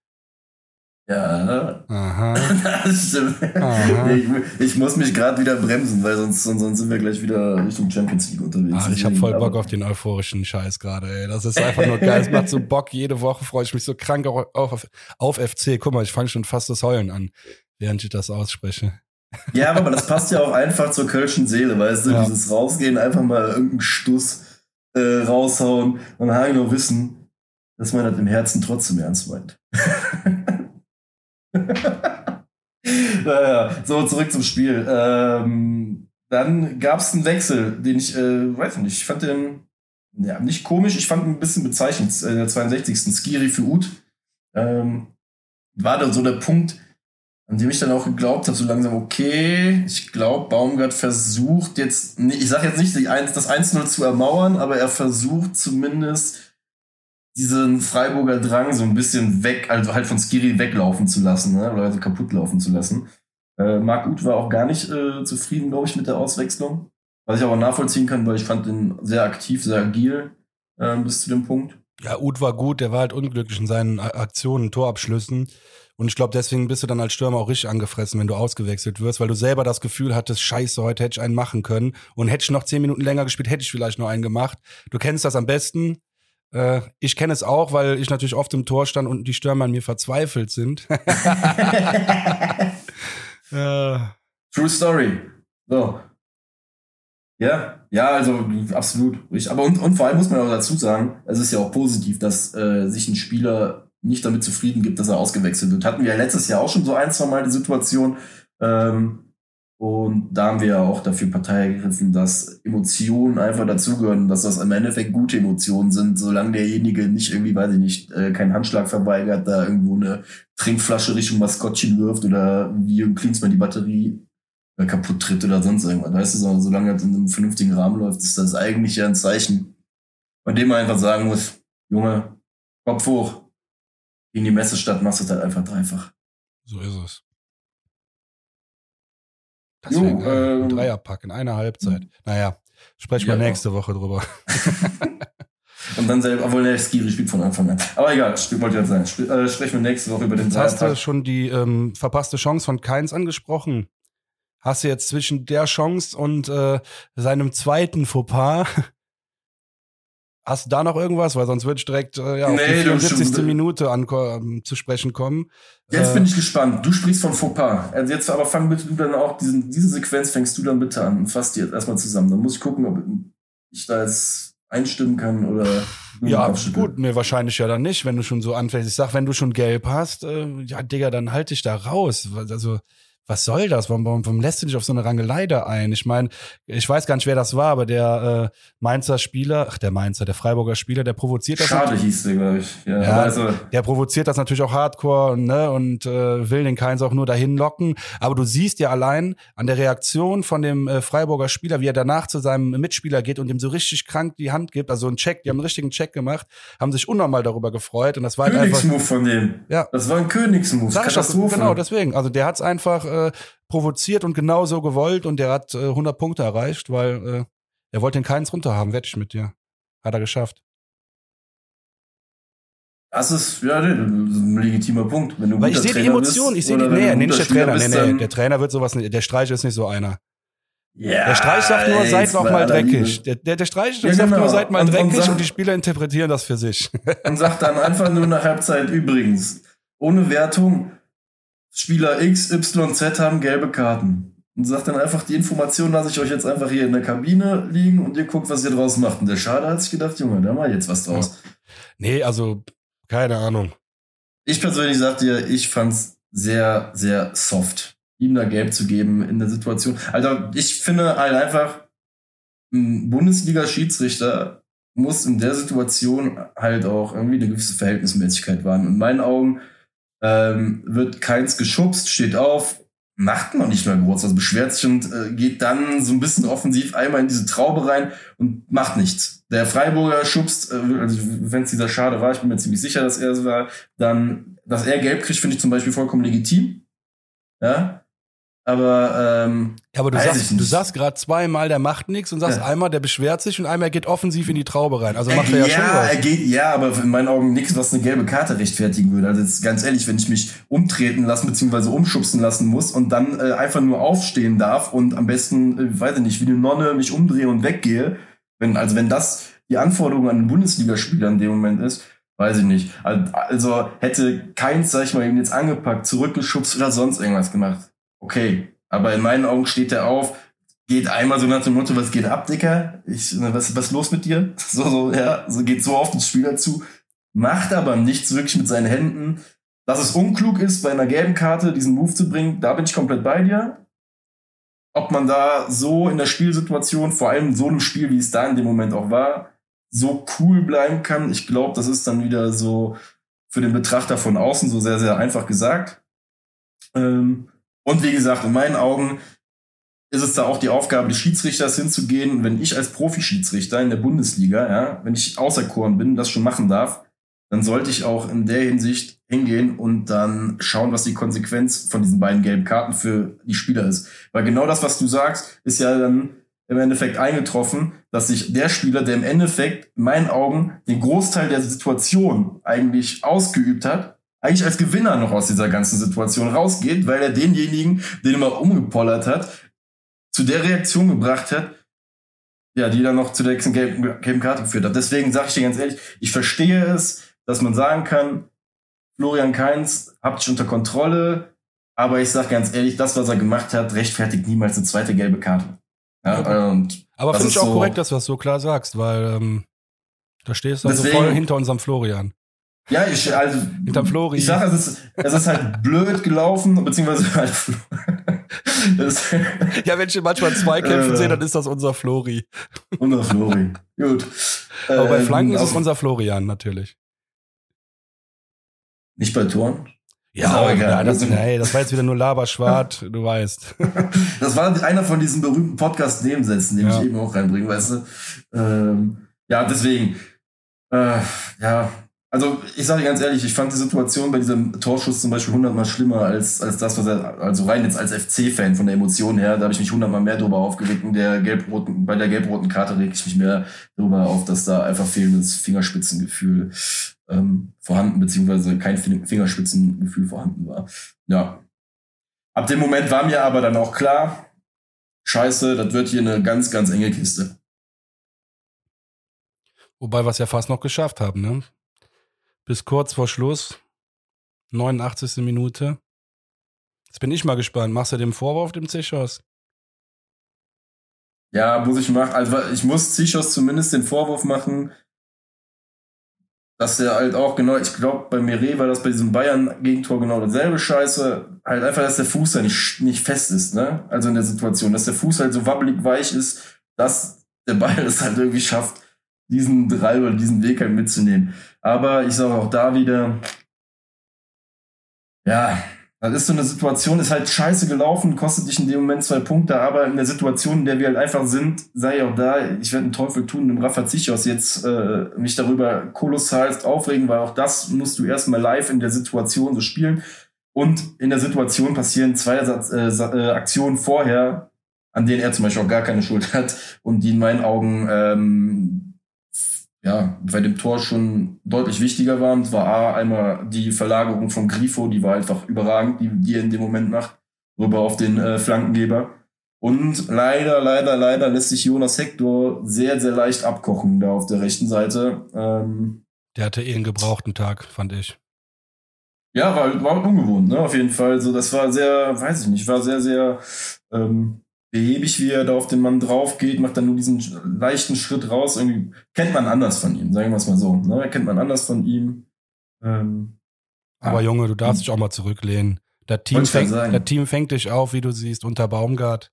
Ja. Aha. Das stimmt. Aha. Ich, ich muss mich gerade wieder bremsen, weil sonst, sonst sind wir gleich wieder Richtung Champions League unterwegs. Ach, ich habe voll Bock auf den euphorischen Scheiß gerade, ey. Das ist einfach nur geil. Es macht so Bock. Jede Woche freue ich mich so krank auf, auf, auf F C. Guck mal, ich fange schon fast das Heulen an, während ich das ausspreche. Ja, aber das passt ja auch einfach zur kölschen Seele, weißt du? Ja. Dieses Rausgehen, einfach mal irgendeinen Stuss äh, raushauen und dann noch wissen, dass man das im Herzen trotzdem ernst meint. Naja, so, zurück zum Spiel. Ähm, dann gab es einen Wechsel, den ich, äh, weiß nicht, ich fand den, ja, nicht komisch, ich fand ihn ein bisschen bezeichnend. In der zweiundsechzigsten Skiri für Ut. Ähm, war da so der Punkt, an dem ich dann auch geglaubt habe, so langsam, okay, ich glaube, Baumgart versucht jetzt, ich sage jetzt nicht, das eins null zu ermauern, aber er versucht zumindest diesen Freiburger Drang so ein bisschen weg, also halt von Skiri weglaufen zu lassen, ne? Oder also kaputt laufen zu lassen. Äh, Marc Uth war auch gar nicht äh, zufrieden, glaube ich, mit der Auswechslung. Was ich aber nachvollziehen kann, weil ich fand ihn sehr aktiv, sehr agil äh, bis zu dem Punkt. Ja, Uth war gut, der war halt unglücklich in seinen Aktionen, Torabschlüssen. Und ich glaube, deswegen bist du dann als Stürmer auch richtig angefressen, wenn du ausgewechselt wirst, weil du selber das Gefühl hattest, scheiße, heute hätte ich einen machen können. Und hätte ich noch zehn Minuten länger gespielt, hätte ich vielleicht noch einen gemacht. Du kennst das am besten. Äh, ich kenne es auch, weil ich natürlich oft im Tor stand und die Stürmer an mir verzweifelt sind. ja. True Story. So. Ja, ja, also absolut. Aber und, und vor allem muss man auch dazu sagen, es ist ja auch positiv, dass äh, sich ein Spieler nicht damit zufrieden gibt, dass er ausgewechselt wird. Hatten wir ja letztes Jahr auch schon so ein, zwei Mal die Situation. Ähm, und da haben wir ja auch dafür Partei ergriffen, dass Emotionen einfach dazugehören, dass das im Endeffekt gute Emotionen sind, solange derjenige nicht irgendwie, weiß ich nicht, äh, keinen Handschlag verweigert, da irgendwo eine Trinkflasche Richtung Maskottchen wirft oder wie Jürgen Klinsmann die Batterie äh, kaputt tritt oder sonst irgendwas. Weißt du, so, solange das in einem vernünftigen Rahmen läuft, ist das eigentlich ja ein Zeichen, bei dem man einfach sagen muss, Junge, Kopf hoch. In die Messestadt machst du das halt einfach dreifach. So ist es. Das jo, ähm, ein Dreierpack in einer Halbzeit. Naja, sprechen wir ja, nächste Woche drüber. Und dann selber, obwohl der Skiri spielt von Anfang an. Aber egal, wollte ich jetzt sagen. Äh, sprechen wir nächste Woche über den Jetzt Dreierpack. Hast du schon die ähm, verpasste Chance von Kainz angesprochen? Hast du jetzt zwischen der Chance und äh, seinem zweiten Fauxpas Hast du da noch irgendwas? Weil sonst würde ich direkt äh, ja, auf Nee, die du vierundsiebzigste schon- Minute an, ähm, zu sprechen kommen. Jetzt Äh, bin ich gespannt. Du sprichst von Fauxpas. Also jetzt aber fang bitte du dann auch, diesen, diese Sequenz fängst du dann bitte an und fass die jetzt erstmal zusammen. Dann muss ich gucken, ob ich da jetzt einstimmen kann oder nur Ja, den Kopf schütteln. gut, nee, wahrscheinlich ja dann nicht, wenn du schon so anfängst. Ich sag, wenn du schon gelb hast, äh, ja, Digga, dann halt dich da raus. Also, was soll das? Warum, warum, warum lässt du dich auf so eine Rangelei da ein? Ich meine, ich weiß gar nicht, wer das war, aber der äh, Mainzer Spieler, ach, der Mainzer, der Freiburger Spieler, der provoziert das. Schade hieß der, glaube ich. Ja, Ja, aber also, der provoziert das natürlich auch hardcore, ne, und äh, will den Keins auch nur dahin locken. Aber du siehst ja allein an der Reaktion von dem äh, Freiburger Spieler, wie er danach zu seinem Mitspieler geht und ihm so richtig krank die Hand gibt, also einen Check, die haben einen richtigen Check gemacht, haben sich unnormal darüber gefreut und das war halt einfach, Königsmove von dem. Ja. Das war ein Königsmove. sag ich das, Katastrophe. genau, deswegen, also der hat's einfach äh, provoziert und genau so gewollt und der hat äh, hundert Punkte erreicht, weil äh, er wollte den Keins runter haben, wette ich mit dir. Hat er geschafft. Das ist, ja, nee, das ist ein legitimer Punkt. Wenn du Weil ich guter sehe die Trainer Emotionen, bist ich sehe die, oder wenn nee, du nee, guter nicht der Spieler Trainer, nee, bist, nee, dann- der Trainer wird sowas nicht, der Streich ist nicht so einer. Ja, Der Streich sagt nur, ey, seid jetzt noch bei mal aller dreckig. Liebe. Der, der, der Streich Ja, sagt genau. nur, seid mal Und- und dreckig und, sagt- die Spieler interpretieren das für sich. Und sagt dann einfach nur nach Halbzeit, übrigens, ohne Wertung, Spieler X, Y, Z haben gelbe Karten. Und sagt dann einfach, die Information lasse ich euch jetzt einfach hier in der Kabine liegen und ihr guckt, was ihr draus macht. Und der Schade hat sich gedacht, Junge, da mal jetzt was draus. Nee, also, keine Ahnung. Ich persönlich sag dir, ich fand's sehr, sehr soft, ihm da gelb zu geben in der Situation. Also ich finde halt einfach, ein Bundesliga-Schiedsrichter muss in der Situation halt auch irgendwie eine gewisse Verhältnismäßigkeit wahren. In meinen Augen ähm, wird Keins geschubst, steht auf, macht noch nicht mal groß, also beschwert sich und äh, geht dann so ein bisschen offensiv einmal in diese Traube rein und macht nichts. Der Freiburger schubst, äh, also wenn es dieser Schade war, ich bin mir ziemlich sicher, dass er es war, dann, dass er gelb kriegt, finde ich zum Beispiel vollkommen legitim. Ja, aber ähm, Ja, aber du weiß ich sagst, du nicht. sagst gerade zweimal, der macht nichts und sagst Ja. einmal, der beschwert sich und einmal er geht offensiv in die Traube rein. Also macht er Er, ja, schon ja, er was. geht, ja, aber in meinen Augen nichts, was eine gelbe Karte rechtfertigen würde. Also jetzt ganz ehrlich, wenn ich mich umtreten lassen bzw. umschubsen lassen muss und dann äh, einfach nur aufstehen darf und am besten, äh, weiß ich nicht, wie eine Nonne mich umdrehe und weggehe, wenn, also wenn das die Anforderung an einen Bundesligaspieler in dem Moment ist, weiß ich nicht. Also, also hätte Keins, sag ich mal, ihn jetzt angepackt, zurückgeschubst oder sonst irgendwas gemacht. Okay, aber in meinen Augen steht er auf, geht einmal so nach dem Motto, was geht ab, Dicker? Ich, was, was ist los mit dir? So, so, ja, so geht so auf den Spieler zu, macht aber nichts wirklich mit seinen Händen. Dass es unklug ist, bei einer gelben Karte diesen Move zu bringen, da bin ich komplett bei dir. Ob man da so in der Spielsituation, vor allem in so einem Spiel, wie es da in dem Moment auch war, so cool bleiben kann, ich glaube, das ist dann wieder so für den Betrachter von außen so sehr, sehr einfach gesagt. Ähm, und wie gesagt, in meinen Augen ist es da auch die Aufgabe des Schiedsrichters hinzugehen, wenn ich als Profi-Schiedsrichter in der Bundesliga, ja, wenn ich auserkoren bin, das schon machen darf, dann sollte ich auch in der Hinsicht hingehen und dann schauen, was die Konsequenz von diesen beiden gelben Karten für die Spieler ist. Weil genau das, was du sagst, ist ja dann im Endeffekt eingetroffen, dass sich der Spieler, der im Endeffekt in meinen Augen den Großteil der Situation eigentlich ausgeübt hat, eigentlich als Gewinner noch aus dieser ganzen Situation rausgeht, weil er denjenigen, den er mal umgepollert hat, zu der Reaktion gebracht hat, ja, die dann noch zu der nächsten gelben, gelben Karte geführt hat. Deswegen sage ich dir ganz ehrlich, ich verstehe es, dass man sagen kann, Florian Kainz habt dich unter Kontrolle, aber ich sage ganz ehrlich, das, was er gemacht hat, rechtfertigt niemals eine zweite gelbe Karte. Ja, Ja, und Aber das finde ich ist auch so- korrekt, dass du das so klar sagst, weil ähm, da stehst du also Deswegen- voll hinter unserem Florian. Ja, ich, also, Hinterm Flori. ich sage, es ist, es ist halt blöd gelaufen, beziehungsweise halt, das ist Ja, wenn ich manchmal Zweikämpfen Äh. sehe, dann ist das unser Flori. unser Flori. Gut. Aber bei Ähm, Flanken ist es auf- unser Florian natürlich. Nicht bei Toren? Ja, Ist auch aber, egal. ja das, nee, das war jetzt wieder nur Laberschwart, du weißt. Das war einer von diesen berühmten Podcast-Nebensätzen, den Ja. ich eben auch reinbringe, weißt du? Ähm, ja, deswegen. Äh, ja, also ich sage dir ganz ehrlich, ich fand die Situation bei diesem Torschuss zum Beispiel hundertmal schlimmer als, als das, was er, also rein jetzt als F C-Fan von der Emotion her, da habe ich mich hundertmal mehr drüber aufgeregt. Und der gelb-roten, bei der gelb-roten Karte reg ich mich mehr drüber auf, dass da einfach fehlendes Fingerspitzengefühl ähm, vorhanden, beziehungsweise kein Fin- Fingerspitzengefühl vorhanden war. Ja. Ab dem Moment war mir aber dann auch klar, scheiße, das wird hier eine ganz, ganz enge Kiste. Wobei wir es ja fast noch geschafft haben, ne? Bis kurz vor Schluss, neunundachtzigste Minute. Jetzt bin ich mal gespannt. Machst du dem Vorwurf dem Zichos? Ja, muss ich machen. Also ich muss Zichos zumindest den Vorwurf machen, dass der halt auch genau, ich glaube, bei Meret war das bei diesem Bayern-Gegentor genau dasselbe Scheiße. Halt einfach, dass der Fuß da nicht, nicht fest ist, ne? Also in der Situation, dass der Fuß halt so wabbelig weich ist, dass der Ball es halt irgendwie schafft, diesen Drall oder diesen Weg halt mitzunehmen. Aber ich sage auch da wieder, ja, das ist so eine Situation, ist halt scheiße gelaufen, kostet dich in dem Moment zwei Punkte, aber in der Situation, in der wir halt einfach sind, sei ich auch da, ich werde einen Teufel tun, dem Rafa Zichos jetzt äh, mich darüber kolossalst aufregen, weil auch das musst du erstmal live in der Situation so spielen. Und in der Situation passieren zwei äh, Aktionen vorher, an denen er zum Beispiel auch gar keine Schuld hat und die in meinen Augen ähm, ja, bei dem Tor schon deutlich wichtiger waren. Es war A, einmal die Verlagerung von Grifo, die war einfach überragend, die, die er in dem Moment macht, rüber auf den äh, Flankengeber. Und leider, leider, leider lässt sich Jonas Hector sehr, sehr leicht abkochen da auf der rechten Seite. Ähm, der hatte eh einen gebrauchten Tag, fand ich. Ja, war, war ungewohnt, ne, auf jeden Fall. So, das war sehr, weiß ich nicht, war sehr, sehr ähm, behäbig, wie er da auf den Mann drauf geht, macht dann nur diesen leichten Schritt raus. Irgendwie kennt man anders von ihm, sagen wir es mal so. Ne? Kennt man anders von ihm. Ähm, Aber ja. Junge, du darfst dich auch mal zurücklehnen. Das Team, fängt, das Team fängt dich auf, wie du siehst, unter Baumgart.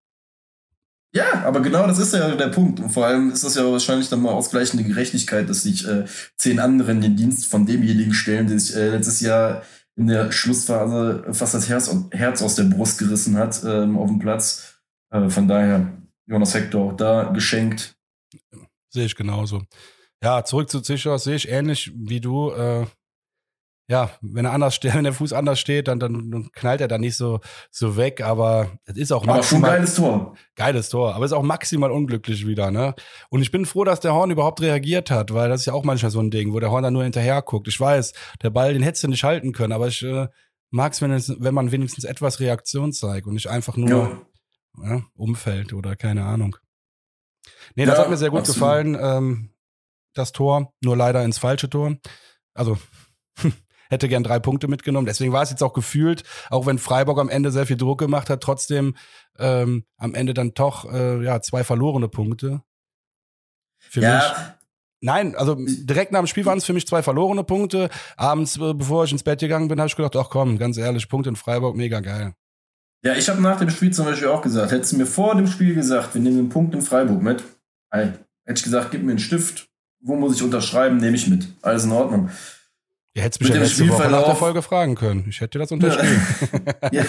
Ja, aber genau das ist ja der Punkt. Und vor allem ist das ja wahrscheinlich dann mal ausgleichende Gerechtigkeit, dass sich äh, zehn anderen den Dienst von demjenigen stellen, der sich äh, letztes Jahr in der Schlussphase fast das Herz, Herz aus der Brust gerissen hat ähm, auf dem Platz. Äh, von daher, Jonas Hector auch da geschenkt. Sehe ich genauso. Ja, zurück zu Zichos, sehe ich ähnlich wie du. Äh, ja, wenn er anders steht, wenn der Fuß anders steht, dann, dann, dann knallt er da nicht so, so weg, aber es ist auch maximal. Aber schon geiles Tor. Geiles Tor, aber ist auch maximal unglücklich wieder, ne? Und ich bin froh, dass der Horn überhaupt reagiert hat, weil das ist ja auch manchmal so ein Ding, wo der Horn dann nur hinterher guckt. Ich weiß, der Ball, den hättest du nicht halten können, aber ich äh, mag es, wenn, wenn man wenigstens etwas Reaktion zeigt und nicht einfach nur ja, umfällt oder keine Ahnung. Nee, das ja, hat mir sehr gut absolut. gefallen, ähm, das Tor, nur leider ins falsche Tor. Also, hätte gern drei Punkte mitgenommen. Deswegen war es jetzt auch gefühlt, auch wenn Freiburg am Ende sehr viel Druck gemacht hat, trotzdem ähm, am Ende dann doch äh, ja zwei verlorene Punkte. Für ja. mich. Nein, also direkt nach dem Spiel waren es für mich zwei verlorene Punkte. Abends, äh, bevor ich ins Bett gegangen bin, habe ich gedacht, ach komm, ganz ehrlich, Punkt in Freiburg, mega geil. Ja, ich habe nach dem Spiel zum Beispiel auch gesagt, hättest du mir vor dem Spiel gesagt, wir nehmen den Punkt in Freiburg mit, ey, hätte ich gesagt, gib mir einen Stift, wo muss ich unterschreiben, nehme ich mit. Alles in Ordnung. Ihr hättet mich ja letzte Woche nach der Folge fragen können. Ich hätte dir das unterschrieben. Ja,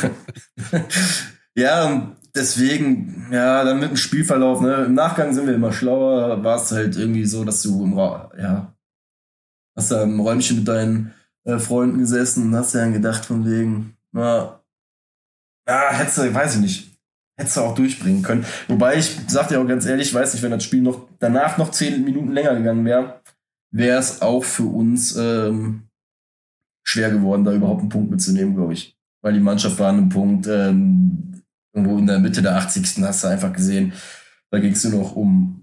ja, und deswegen, ja, dann mit dem Spielverlauf, ne, im Nachgang sind wir immer schlauer, war es halt irgendwie so, dass du im Ra- ja, hast da im Räumchen mit deinen äh, Freunden gesessen und hast dann gedacht von wegen, na, ja, hättest du, weiß ich nicht, hättest du auch durchbringen können. Wobei ich sag dir auch ganz ehrlich, ich weiß nicht, wenn das Spiel noch danach noch zehn Minuten länger gegangen wäre, wäre es auch für uns ähm, schwer geworden, da überhaupt einen Punkt mitzunehmen, glaube ich. Weil die Mannschaft war an einem Punkt, ähm, irgendwo in der Mitte der achtzigsten hast du einfach gesehen, da ging es nur noch um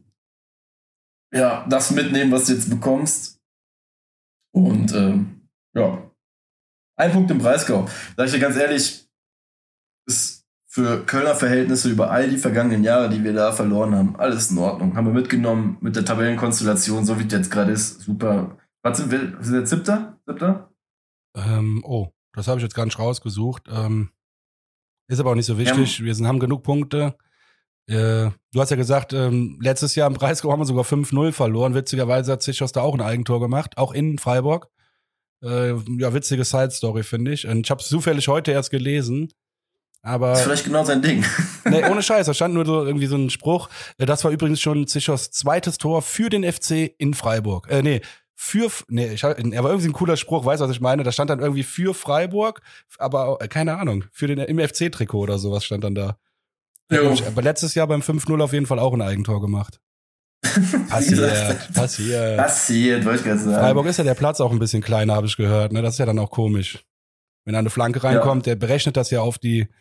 ja, das mitnehmen, was du jetzt bekommst. Und ähm, ja, ein Punkt im Breisgau. Sag ich dir ganz ehrlich, ist für Kölner Verhältnisse über all die vergangenen Jahre, die wir da verloren haben, alles in Ordnung. Haben wir mitgenommen mit der Tabellenkonstellation, so wie es jetzt gerade ist. Super. Was sind wir? Sind wir jetzt siebter? Siebter? Ähm, oh, das habe ich jetzt gar nicht rausgesucht. Ähm, ist aber auch nicht so wichtig. Ja. Wir sind, haben genug Punkte. Äh, du hast ja gesagt, ähm, letztes Jahr im Breisgau haben wir sogar fünf null verloren. Witzigerweise hat Zichos da auch ein Eigentor gemacht, auch in Freiburg. Äh, ja, witzige Side-Story, finde ich. Und ich habe es zufällig heute erst gelesen. Aber das ist vielleicht genau sein Ding. Nee, ohne Scheiß, da stand nur so irgendwie so ein Spruch. Das war übrigens schon Zichos zweites Tor für den F C in Freiburg. Äh, nee, für, nee, ich, er war irgendwie ein cooler Spruch, weißt du, was ich meine? Da stand dann irgendwie für Freiburg, aber äh, keine Ahnung, für den im F C-Trikot oder sowas stand dann da. Ich, aber letztes Jahr beim fünf null auf jeden Fall auch ein Eigentor gemacht. Passiert, passiert. Passiert, wollte ich gerade sagen. Freiburg ist ja der Platz auch ein bisschen kleiner, habe ich gehört. Ne? Das ist ja dann auch komisch. Wenn da eine Flanke reinkommt, ja. Der berechnet das ja auf die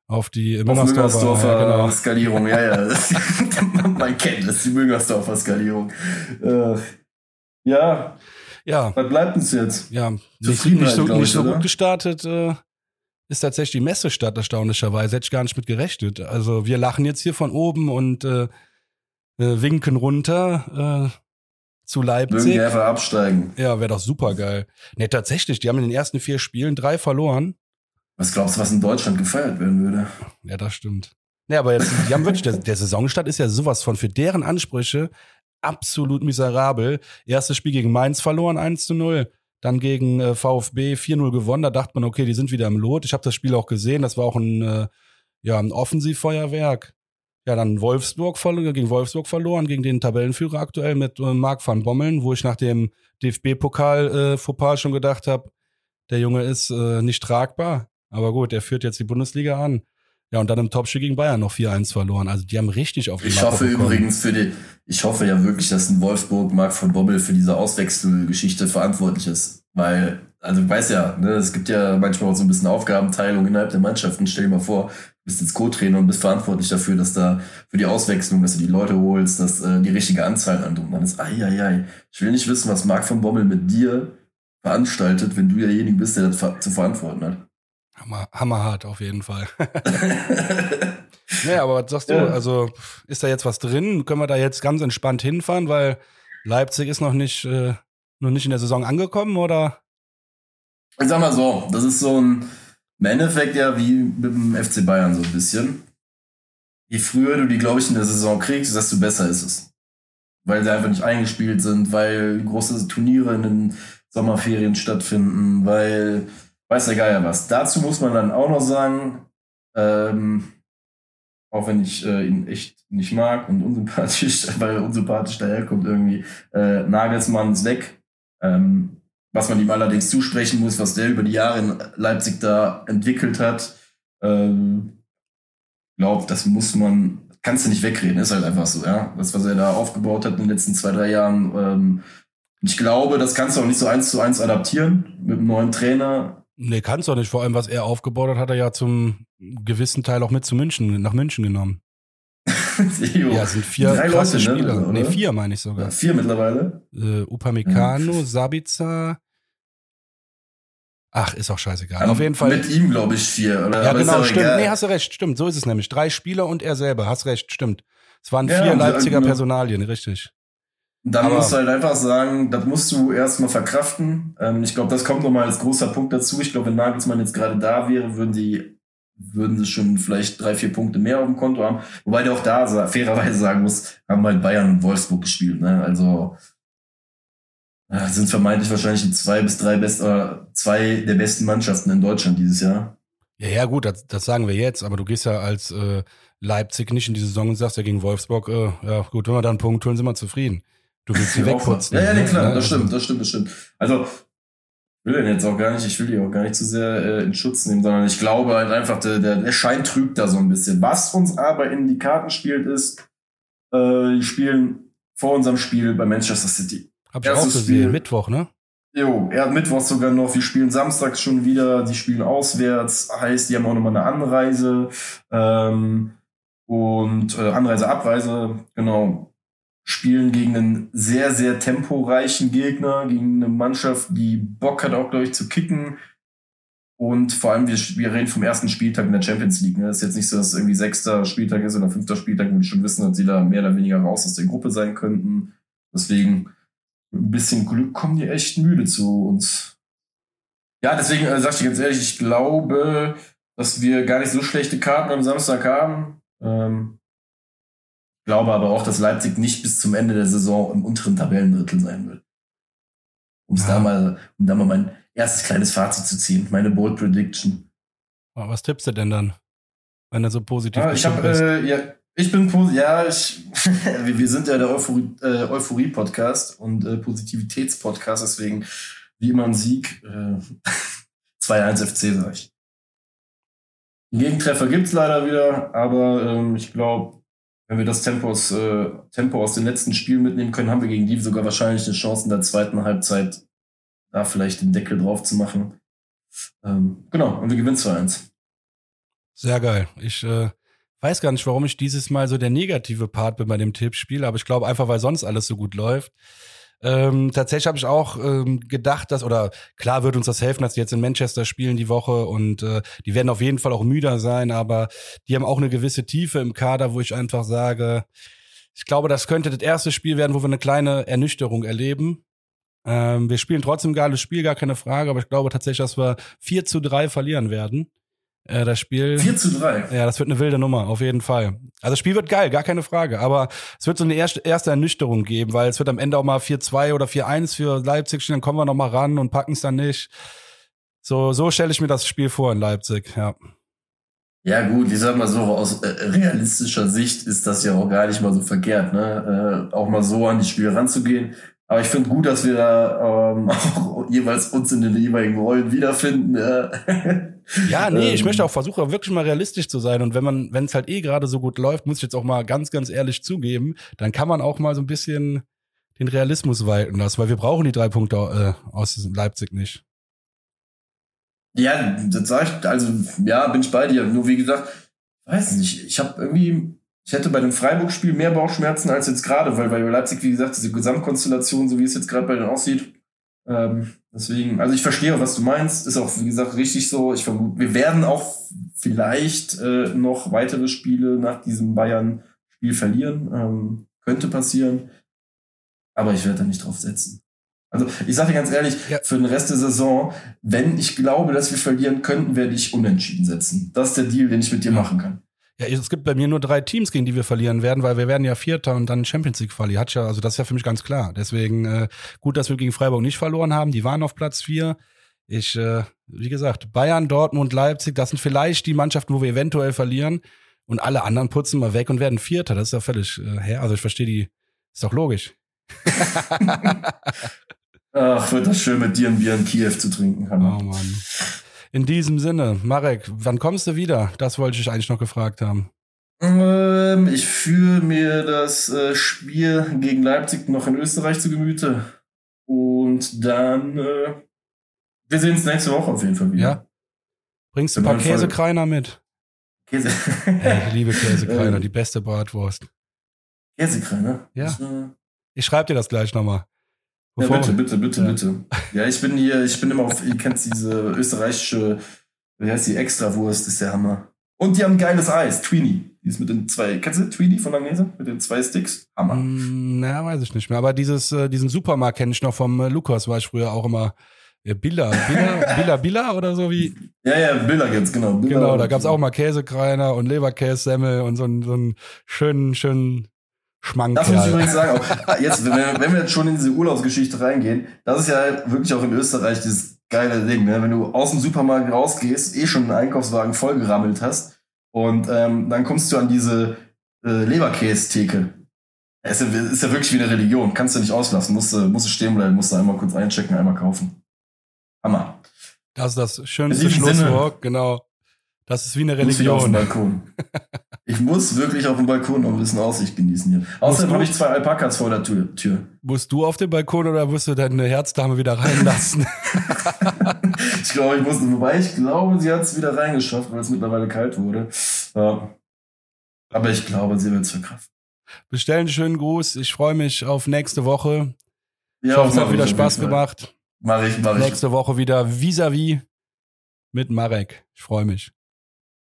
Auf die Auf Müngersdorfer, Müngersdorfer ja, genau. Skalierung, ja, ja. Man kennt es, die Müngersdorfer Skalierung. Äh, ja, Ja, was bleibt uns jetzt? ja, nicht, Zufriedenheit, nicht so, glaub nicht ich, so oder? gut gestartet äh, ist tatsächlich die Messestadt erstaunlicherweise. Hätte ich gar nicht mit gerechnet. Also wir lachen jetzt hier von oben und äh, äh, winken runter äh, zu Mögen Leipzig. die einfach absteigen. Ja, wäre doch super geil. Ne, tatsächlich, die haben in den ersten vier Spielen drei verloren. Was glaubst du, was in Deutschland gefeiert werden würde? Ja, das stimmt. Ja, aber jetzt, die haben wirklich, der, der Saisonstart ist ja sowas von für deren Ansprüche absolut miserabel. Erstes Spiel gegen Mainz verloren, eins zu null. Dann gegen äh, VfB vier null gewonnen. Da dachte man, okay, die sind wieder im Lot. Ich habe das Spiel auch gesehen. Das war auch ein, äh, ja, ein Offensivfeuerwerk. Ja, dann Wolfsburg verlo- gegen Wolfsburg verloren, gegen den Tabellenführer aktuell mit äh, Marc van Bommel, wo ich nach dem D F B-Pokal-Fauxpas äh, schon gedacht habe, der Junge ist äh, nicht tragbar. Aber gut, der führt jetzt die Bundesliga an. Ja, und dann im Topspiel gegen Bayern noch vier eins verloren. Also die haben richtig auf die Ich Mappe hoffe bekommen. übrigens für die, ich hoffe ja wirklich, dass in Wolfsburg Marc van Bommel für diese Auswechselgeschichte verantwortlich ist. Weil, also ich weiß ja, ne, es gibt ja manchmal auch so ein bisschen Aufgabenteilung innerhalb der Mannschaften. Stell dir mal vor, du bist jetzt Co-Trainer und bist verantwortlich dafür, dass da für die Auswechslung, dass du die Leute holst, dass äh, die richtige Anzahl an und dann ist, ai, ai, ai. Ich will nicht wissen, was Marc van Bommel mit dir veranstaltet, wenn du derjenige bist, der das ver- zu verantworten hat. Hammer, hammerhart auf jeden Fall. Ja, aber was sagst du? Ja. Also ist da jetzt was drin? Können wir da jetzt ganz entspannt hinfahren, weil Leipzig ist noch nicht, äh, noch nicht in der Saison angekommen, oder? Ich sag mal so, das ist so ein, im Endeffekt ja wie mit dem F C Bayern so ein bisschen. Je früher du die, glaube ich, in der Saison kriegst, desto besser ist es. Weil sie einfach nicht eingespielt sind, weil große Turniere in den Sommerferien stattfinden, weil weiß der Geier was. Dazu muss man dann auch noch sagen, ähm, auch wenn ich äh, ihn echt nicht mag und unsympathisch, weil er unsympathisch daherkommt irgendwie, äh, Nagelsmann ist weg. Ähm, was man ihm allerdings zusprechen muss, was der über die Jahre in Leipzig da entwickelt hat, ähm, glaub, das muss man, kannst du nicht wegreden, ist halt einfach so, ja. Das, was er da aufgebaut hat in den letzten zwei, drei Jahren, ähm, ich glaube, das kannst du auch nicht so eins zu eins adaptieren mit einem neuen Trainer. Nee, kannst doch nicht. Vor allem, was er aufgebaut hat, hat er ja zum gewissen Teil auch mit zu München, nach München genommen. Jo. Ja, es sind vier Drei krasse Leute, ne, Spieler. oder? Nee, vier meine ich sogar. Ja, vier mittlerweile. Äh, Upamecano, Sabitzer. Ach, ist auch scheißegal. Ähm, Auf jeden Fall. Mit ihm, glaube ich, vier. Oder? Ja, Aber ist genau, auch stimmt. egal. Nee, hast du recht, stimmt. So ist es nämlich. Drei Spieler und er selber. Hast recht, stimmt. Es waren Ja, vier und, Leipziger äh, Personalien, richtig. Dann Aber- musst du halt einfach sagen, das musst du erstmal verkraften. Ähm, ich glaube, das kommt nochmal als großer Punkt dazu. Ich glaube, wenn Nagelsmann jetzt gerade da wäre, würden die, würden sie schon vielleicht drei, vier Punkte mehr auf dem Konto haben. Wobei der auch da sa- fairerweise sagen muss, haben halt Bayern und Wolfsburg gespielt. Ne? Also äh, sind vermeintlich wahrscheinlich die zwei bis drei best, äh, zwei der besten Mannschaften in Deutschland dieses Jahr. Ja, ja, gut, das, das sagen wir jetzt, aber du gehst ja als äh, Leipzig nicht in die Saison und sagst ja gegen Wolfsburg, äh, ja gut, wenn wir da einen Punkt holen, sind wir zufrieden. Du willst sie wegputzen. Ja, ja, nee, ne? klar, Ne? das Also- stimmt, das stimmt, das stimmt. Also, will den jetzt auch gar nicht, ich will die auch gar nicht zu sehr äh, in Schutz nehmen, sondern ich glaube halt einfach, der, der, der Schein trügt da so ein bisschen. Was uns aber in die Karten spielt, ist, äh, die spielen vor unserem Spiel bei Manchester City. Hab ich auch Erstes gesehen, Spiel. Mittwoch, ne? Jo, er hat Mittwoch sogar noch, wir spielen samstags schon wieder, die spielen auswärts, heißt, die haben auch nochmal eine Anreise, ähm, und äh, Anreise, Abreise, genau, spielen gegen einen sehr, sehr temporeichen Gegner, gegen eine Mannschaft, die Bock hat auch, glaube ich, zu kicken. Und vor allem, wir, wir reden vom ersten Spieltag in der Champions League. Ne? Das ist jetzt nicht so, dass es irgendwie sechster Spieltag ist oder fünfter Spieltag, wo die schon wissen, dass sie da mehr oder weniger raus aus der Gruppe sein könnten. Deswegen ein bisschen Glück kommen die echt müde zu uns. Ja, deswegen äh, sag ich dir ganz ehrlich, ich glaube, dass wir gar nicht so schlechte Karten am Samstag haben. Ähm, glaube aber auch, dass Leipzig nicht bis zum Ende der Saison im unteren Tabellendrittel sein wird. Um Ja. da mal, um da mal mein erstes kleines Fazit zu ziehen, meine Bold Prediction. Aber was tippst du denn dann, wenn du so positiv Ja, ich gestimmt habe, bist? äh, ja, ich bin positiv, ja, ich, wir, wir sind ja der Euphorie, äh, Euphorie-Podcast und äh, Positivitäts-Podcast, deswegen wie immer ein Sieg, äh, zwei eins F C, sag ich. Den Gegentreffer gibt's leider wieder, aber ähm, ich glaube, wenn wir das Tempo aus, äh, Tempo aus den letzten Spielen mitnehmen können, haben wir gegen die sogar wahrscheinlich eine Chance in der zweiten Halbzeit, da vielleicht den Deckel drauf zu machen. Ähm, genau, und wir gewinnen zwei eins. Sehr geil. Ich äh, weiß gar nicht, warum ich dieses Mal so der negative Part bin bei dem Tippspiel, aber ich glaube einfach, weil sonst alles so gut läuft. Ähm, tatsächlich habe ich auch ähm, gedacht, dass, oder klar wird uns das helfen, dass die jetzt in Manchester spielen die Woche und äh, die werden auf jeden Fall auch müder sein, aber die haben auch eine gewisse Tiefe im Kader, wo ich einfach sage, ich glaube, das könnte das erste Spiel werden, wo wir eine kleine Ernüchterung erleben. Ähm, wir spielen trotzdem ein geiles Spiel, gar keine Frage, aber ich glaube tatsächlich, dass wir vier zu drei verlieren werden. Äh, das Spiel. vier zu drei. Ja, das wird eine wilde Nummer, auf jeden Fall. Also das Spiel wird geil, gar keine Frage. Aber es wird so eine erste, erste Ernüchterung geben, weil es wird am Ende auch mal vier zwei oder vier eins für Leipzig stehen, dann kommen wir noch mal ran und packen es dann nicht. So, so stelle ich mir das Spiel vor in Leipzig, ja. Ja gut, ich sag mal so, aus äh, realistischer Sicht ist das ja auch gar nicht mal so verkehrt, ne? Äh, auch mal so an die Spiele ranzugehen. Aber ich finde gut, dass wir da ähm, auch jeweils uns in den jeweiligen Rollen wiederfinden. Äh. Ja, nee, ähm. ich möchte auch versuchen, wirklich mal realistisch zu sein. Und wenn man, wenn es halt eh gerade so gut läuft, muss ich jetzt auch mal ganz, ganz ehrlich zugeben, dann kann man auch mal so ein bisschen den Realismus walten lassen, weil wir brauchen die drei Punkte äh, aus Leipzig nicht. Ja, das sag ich, also ja, bin ich bei dir. Nur wie gesagt, weiß nicht, ich habe irgendwie, ich hätte bei dem Freiburg-Spiel mehr Bauchschmerzen als jetzt gerade, weil bei Leipzig, wie gesagt, diese Gesamtkonstellation, so wie es jetzt gerade bei denen aussieht, ähm, deswegen, also ich verstehe, was du meinst, ist auch, wie gesagt, richtig so. Ich vermute, wir werden auch vielleicht äh, noch weitere Spiele nach diesem Bayern-Spiel verlieren. Ähm, könnte passieren, aber ich werde da nicht drauf setzen. Also ich sage dir ganz ehrlich, ja. Für den Rest der Saison, wenn ich glaube, dass wir verlieren könnten, werde ich unentschieden setzen. Das ist der Deal, den ich mit dir ja. machen kann. Ja, es gibt bei mir nur drei Teams, gegen die wir verlieren werden, weil wir werden ja Vierter und dann Champions League Quali. Hat ja, also das ist ja für mich ganz klar. Deswegen äh, gut, dass wir gegen Freiburg nicht verloren haben. Die waren auf Platz vier. Ich, äh, wie gesagt, Bayern, Dortmund, Leipzig, das sind vielleicht die Mannschaften, wo wir eventuell verlieren. Und alle anderen putzen wir weg und werden Vierter. Das ist ja völlig äh, her. Also ich verstehe die, ist doch logisch. Ach, wird das schön, mit dir ein Bier in Kiew zu trinken. Hammer. Oh Mann. In diesem Sinne, Marek, wann kommst du wieder? Das wollte ich eigentlich noch gefragt haben. Ähm, ich führe mir das äh, Spiel gegen Leipzig noch in Österreich zu Gemüte. Und dann, äh, wir sehen uns nächste Woche auf jeden Fall wieder. Ja. Bringst du ein paar Käsekreiner mit? Käse. Ey, ich liebe Käsekreiner, die beste Bratwurst. Käsekreiner? Ja. Das, äh... Ich schreibe dir das gleich nochmal. Ja, bitte, bitte, bitte, ja. bitte. Ja, ich bin hier, ich bin immer auf, ihr kennt diese österreichische, wie heißt die, Extrawurst, ist der Hammer. Und die haben geiles Eis, Tweenie. Die ist mit den zwei, kennst du Tweenie von Langnese? Mit den zwei Sticks? Hammer. Mm, naja, weiß ich nicht mehr. Aber dieses, äh, diesen Supermarkt kenne ich noch vom äh, Lukas, war ich früher auch immer. Äh, Billa, Billa, Billa, Billa oder so wie? Ja, ja, Billa gibt's, genau. Billa genau, da gab's auch mal Käsekreiner und Leberkässemmel und so einen, so einen schönen, schönen Schmankerl. Das muss ich übrigens sagen, auch, jetzt, wenn wir, wenn wir jetzt schon in diese Urlaubsgeschichte reingehen, das ist ja wirklich auch in Österreich dieses geile Ding, ne? Wenn du aus dem Supermarkt rausgehst, eh schon einen Einkaufswagen vollgerammelt hast und ähm, dann kommst du an diese äh, Leberkästheke. Es ist, ist ja wirklich wie eine Religion, kannst du nicht auslassen, musst du, musst du stehen bleiben, musst du einmal kurz einchecken, einmal kaufen. Hammer. Das ist das schönste Schlusswort, genau. Das ist wie eine Religion. Auf dem Balkon. Ich muss wirklich auf dem Balkon noch ein bisschen Aussicht genießen hier. Außerdem habe ich zwei Alpakas vor der Tür. Tür. Musst du auf dem Balkon oder musst du deine Herzdame wieder reinlassen? Ich glaube, ich musste, wobei ich glaube, sie hat es wieder reingeschafft, weil es mittlerweile kalt wurde. Ja. Aber ich glaube, sie wird es verkraften. Bestell einen schönen Gruß. Ich freue mich auf nächste Woche. Ja, ich hoffe, es hat wieder Spaß gemacht. Mach ich, mach ich. Nächste Woche wieder vis-à-vis mit Marek. Ich freue mich.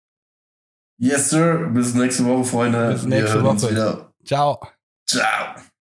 Yes, sir. Bis nächste Woche, Freunde. Bis nächste Wir hören Woche. uns wieder. Ciao. Ciao.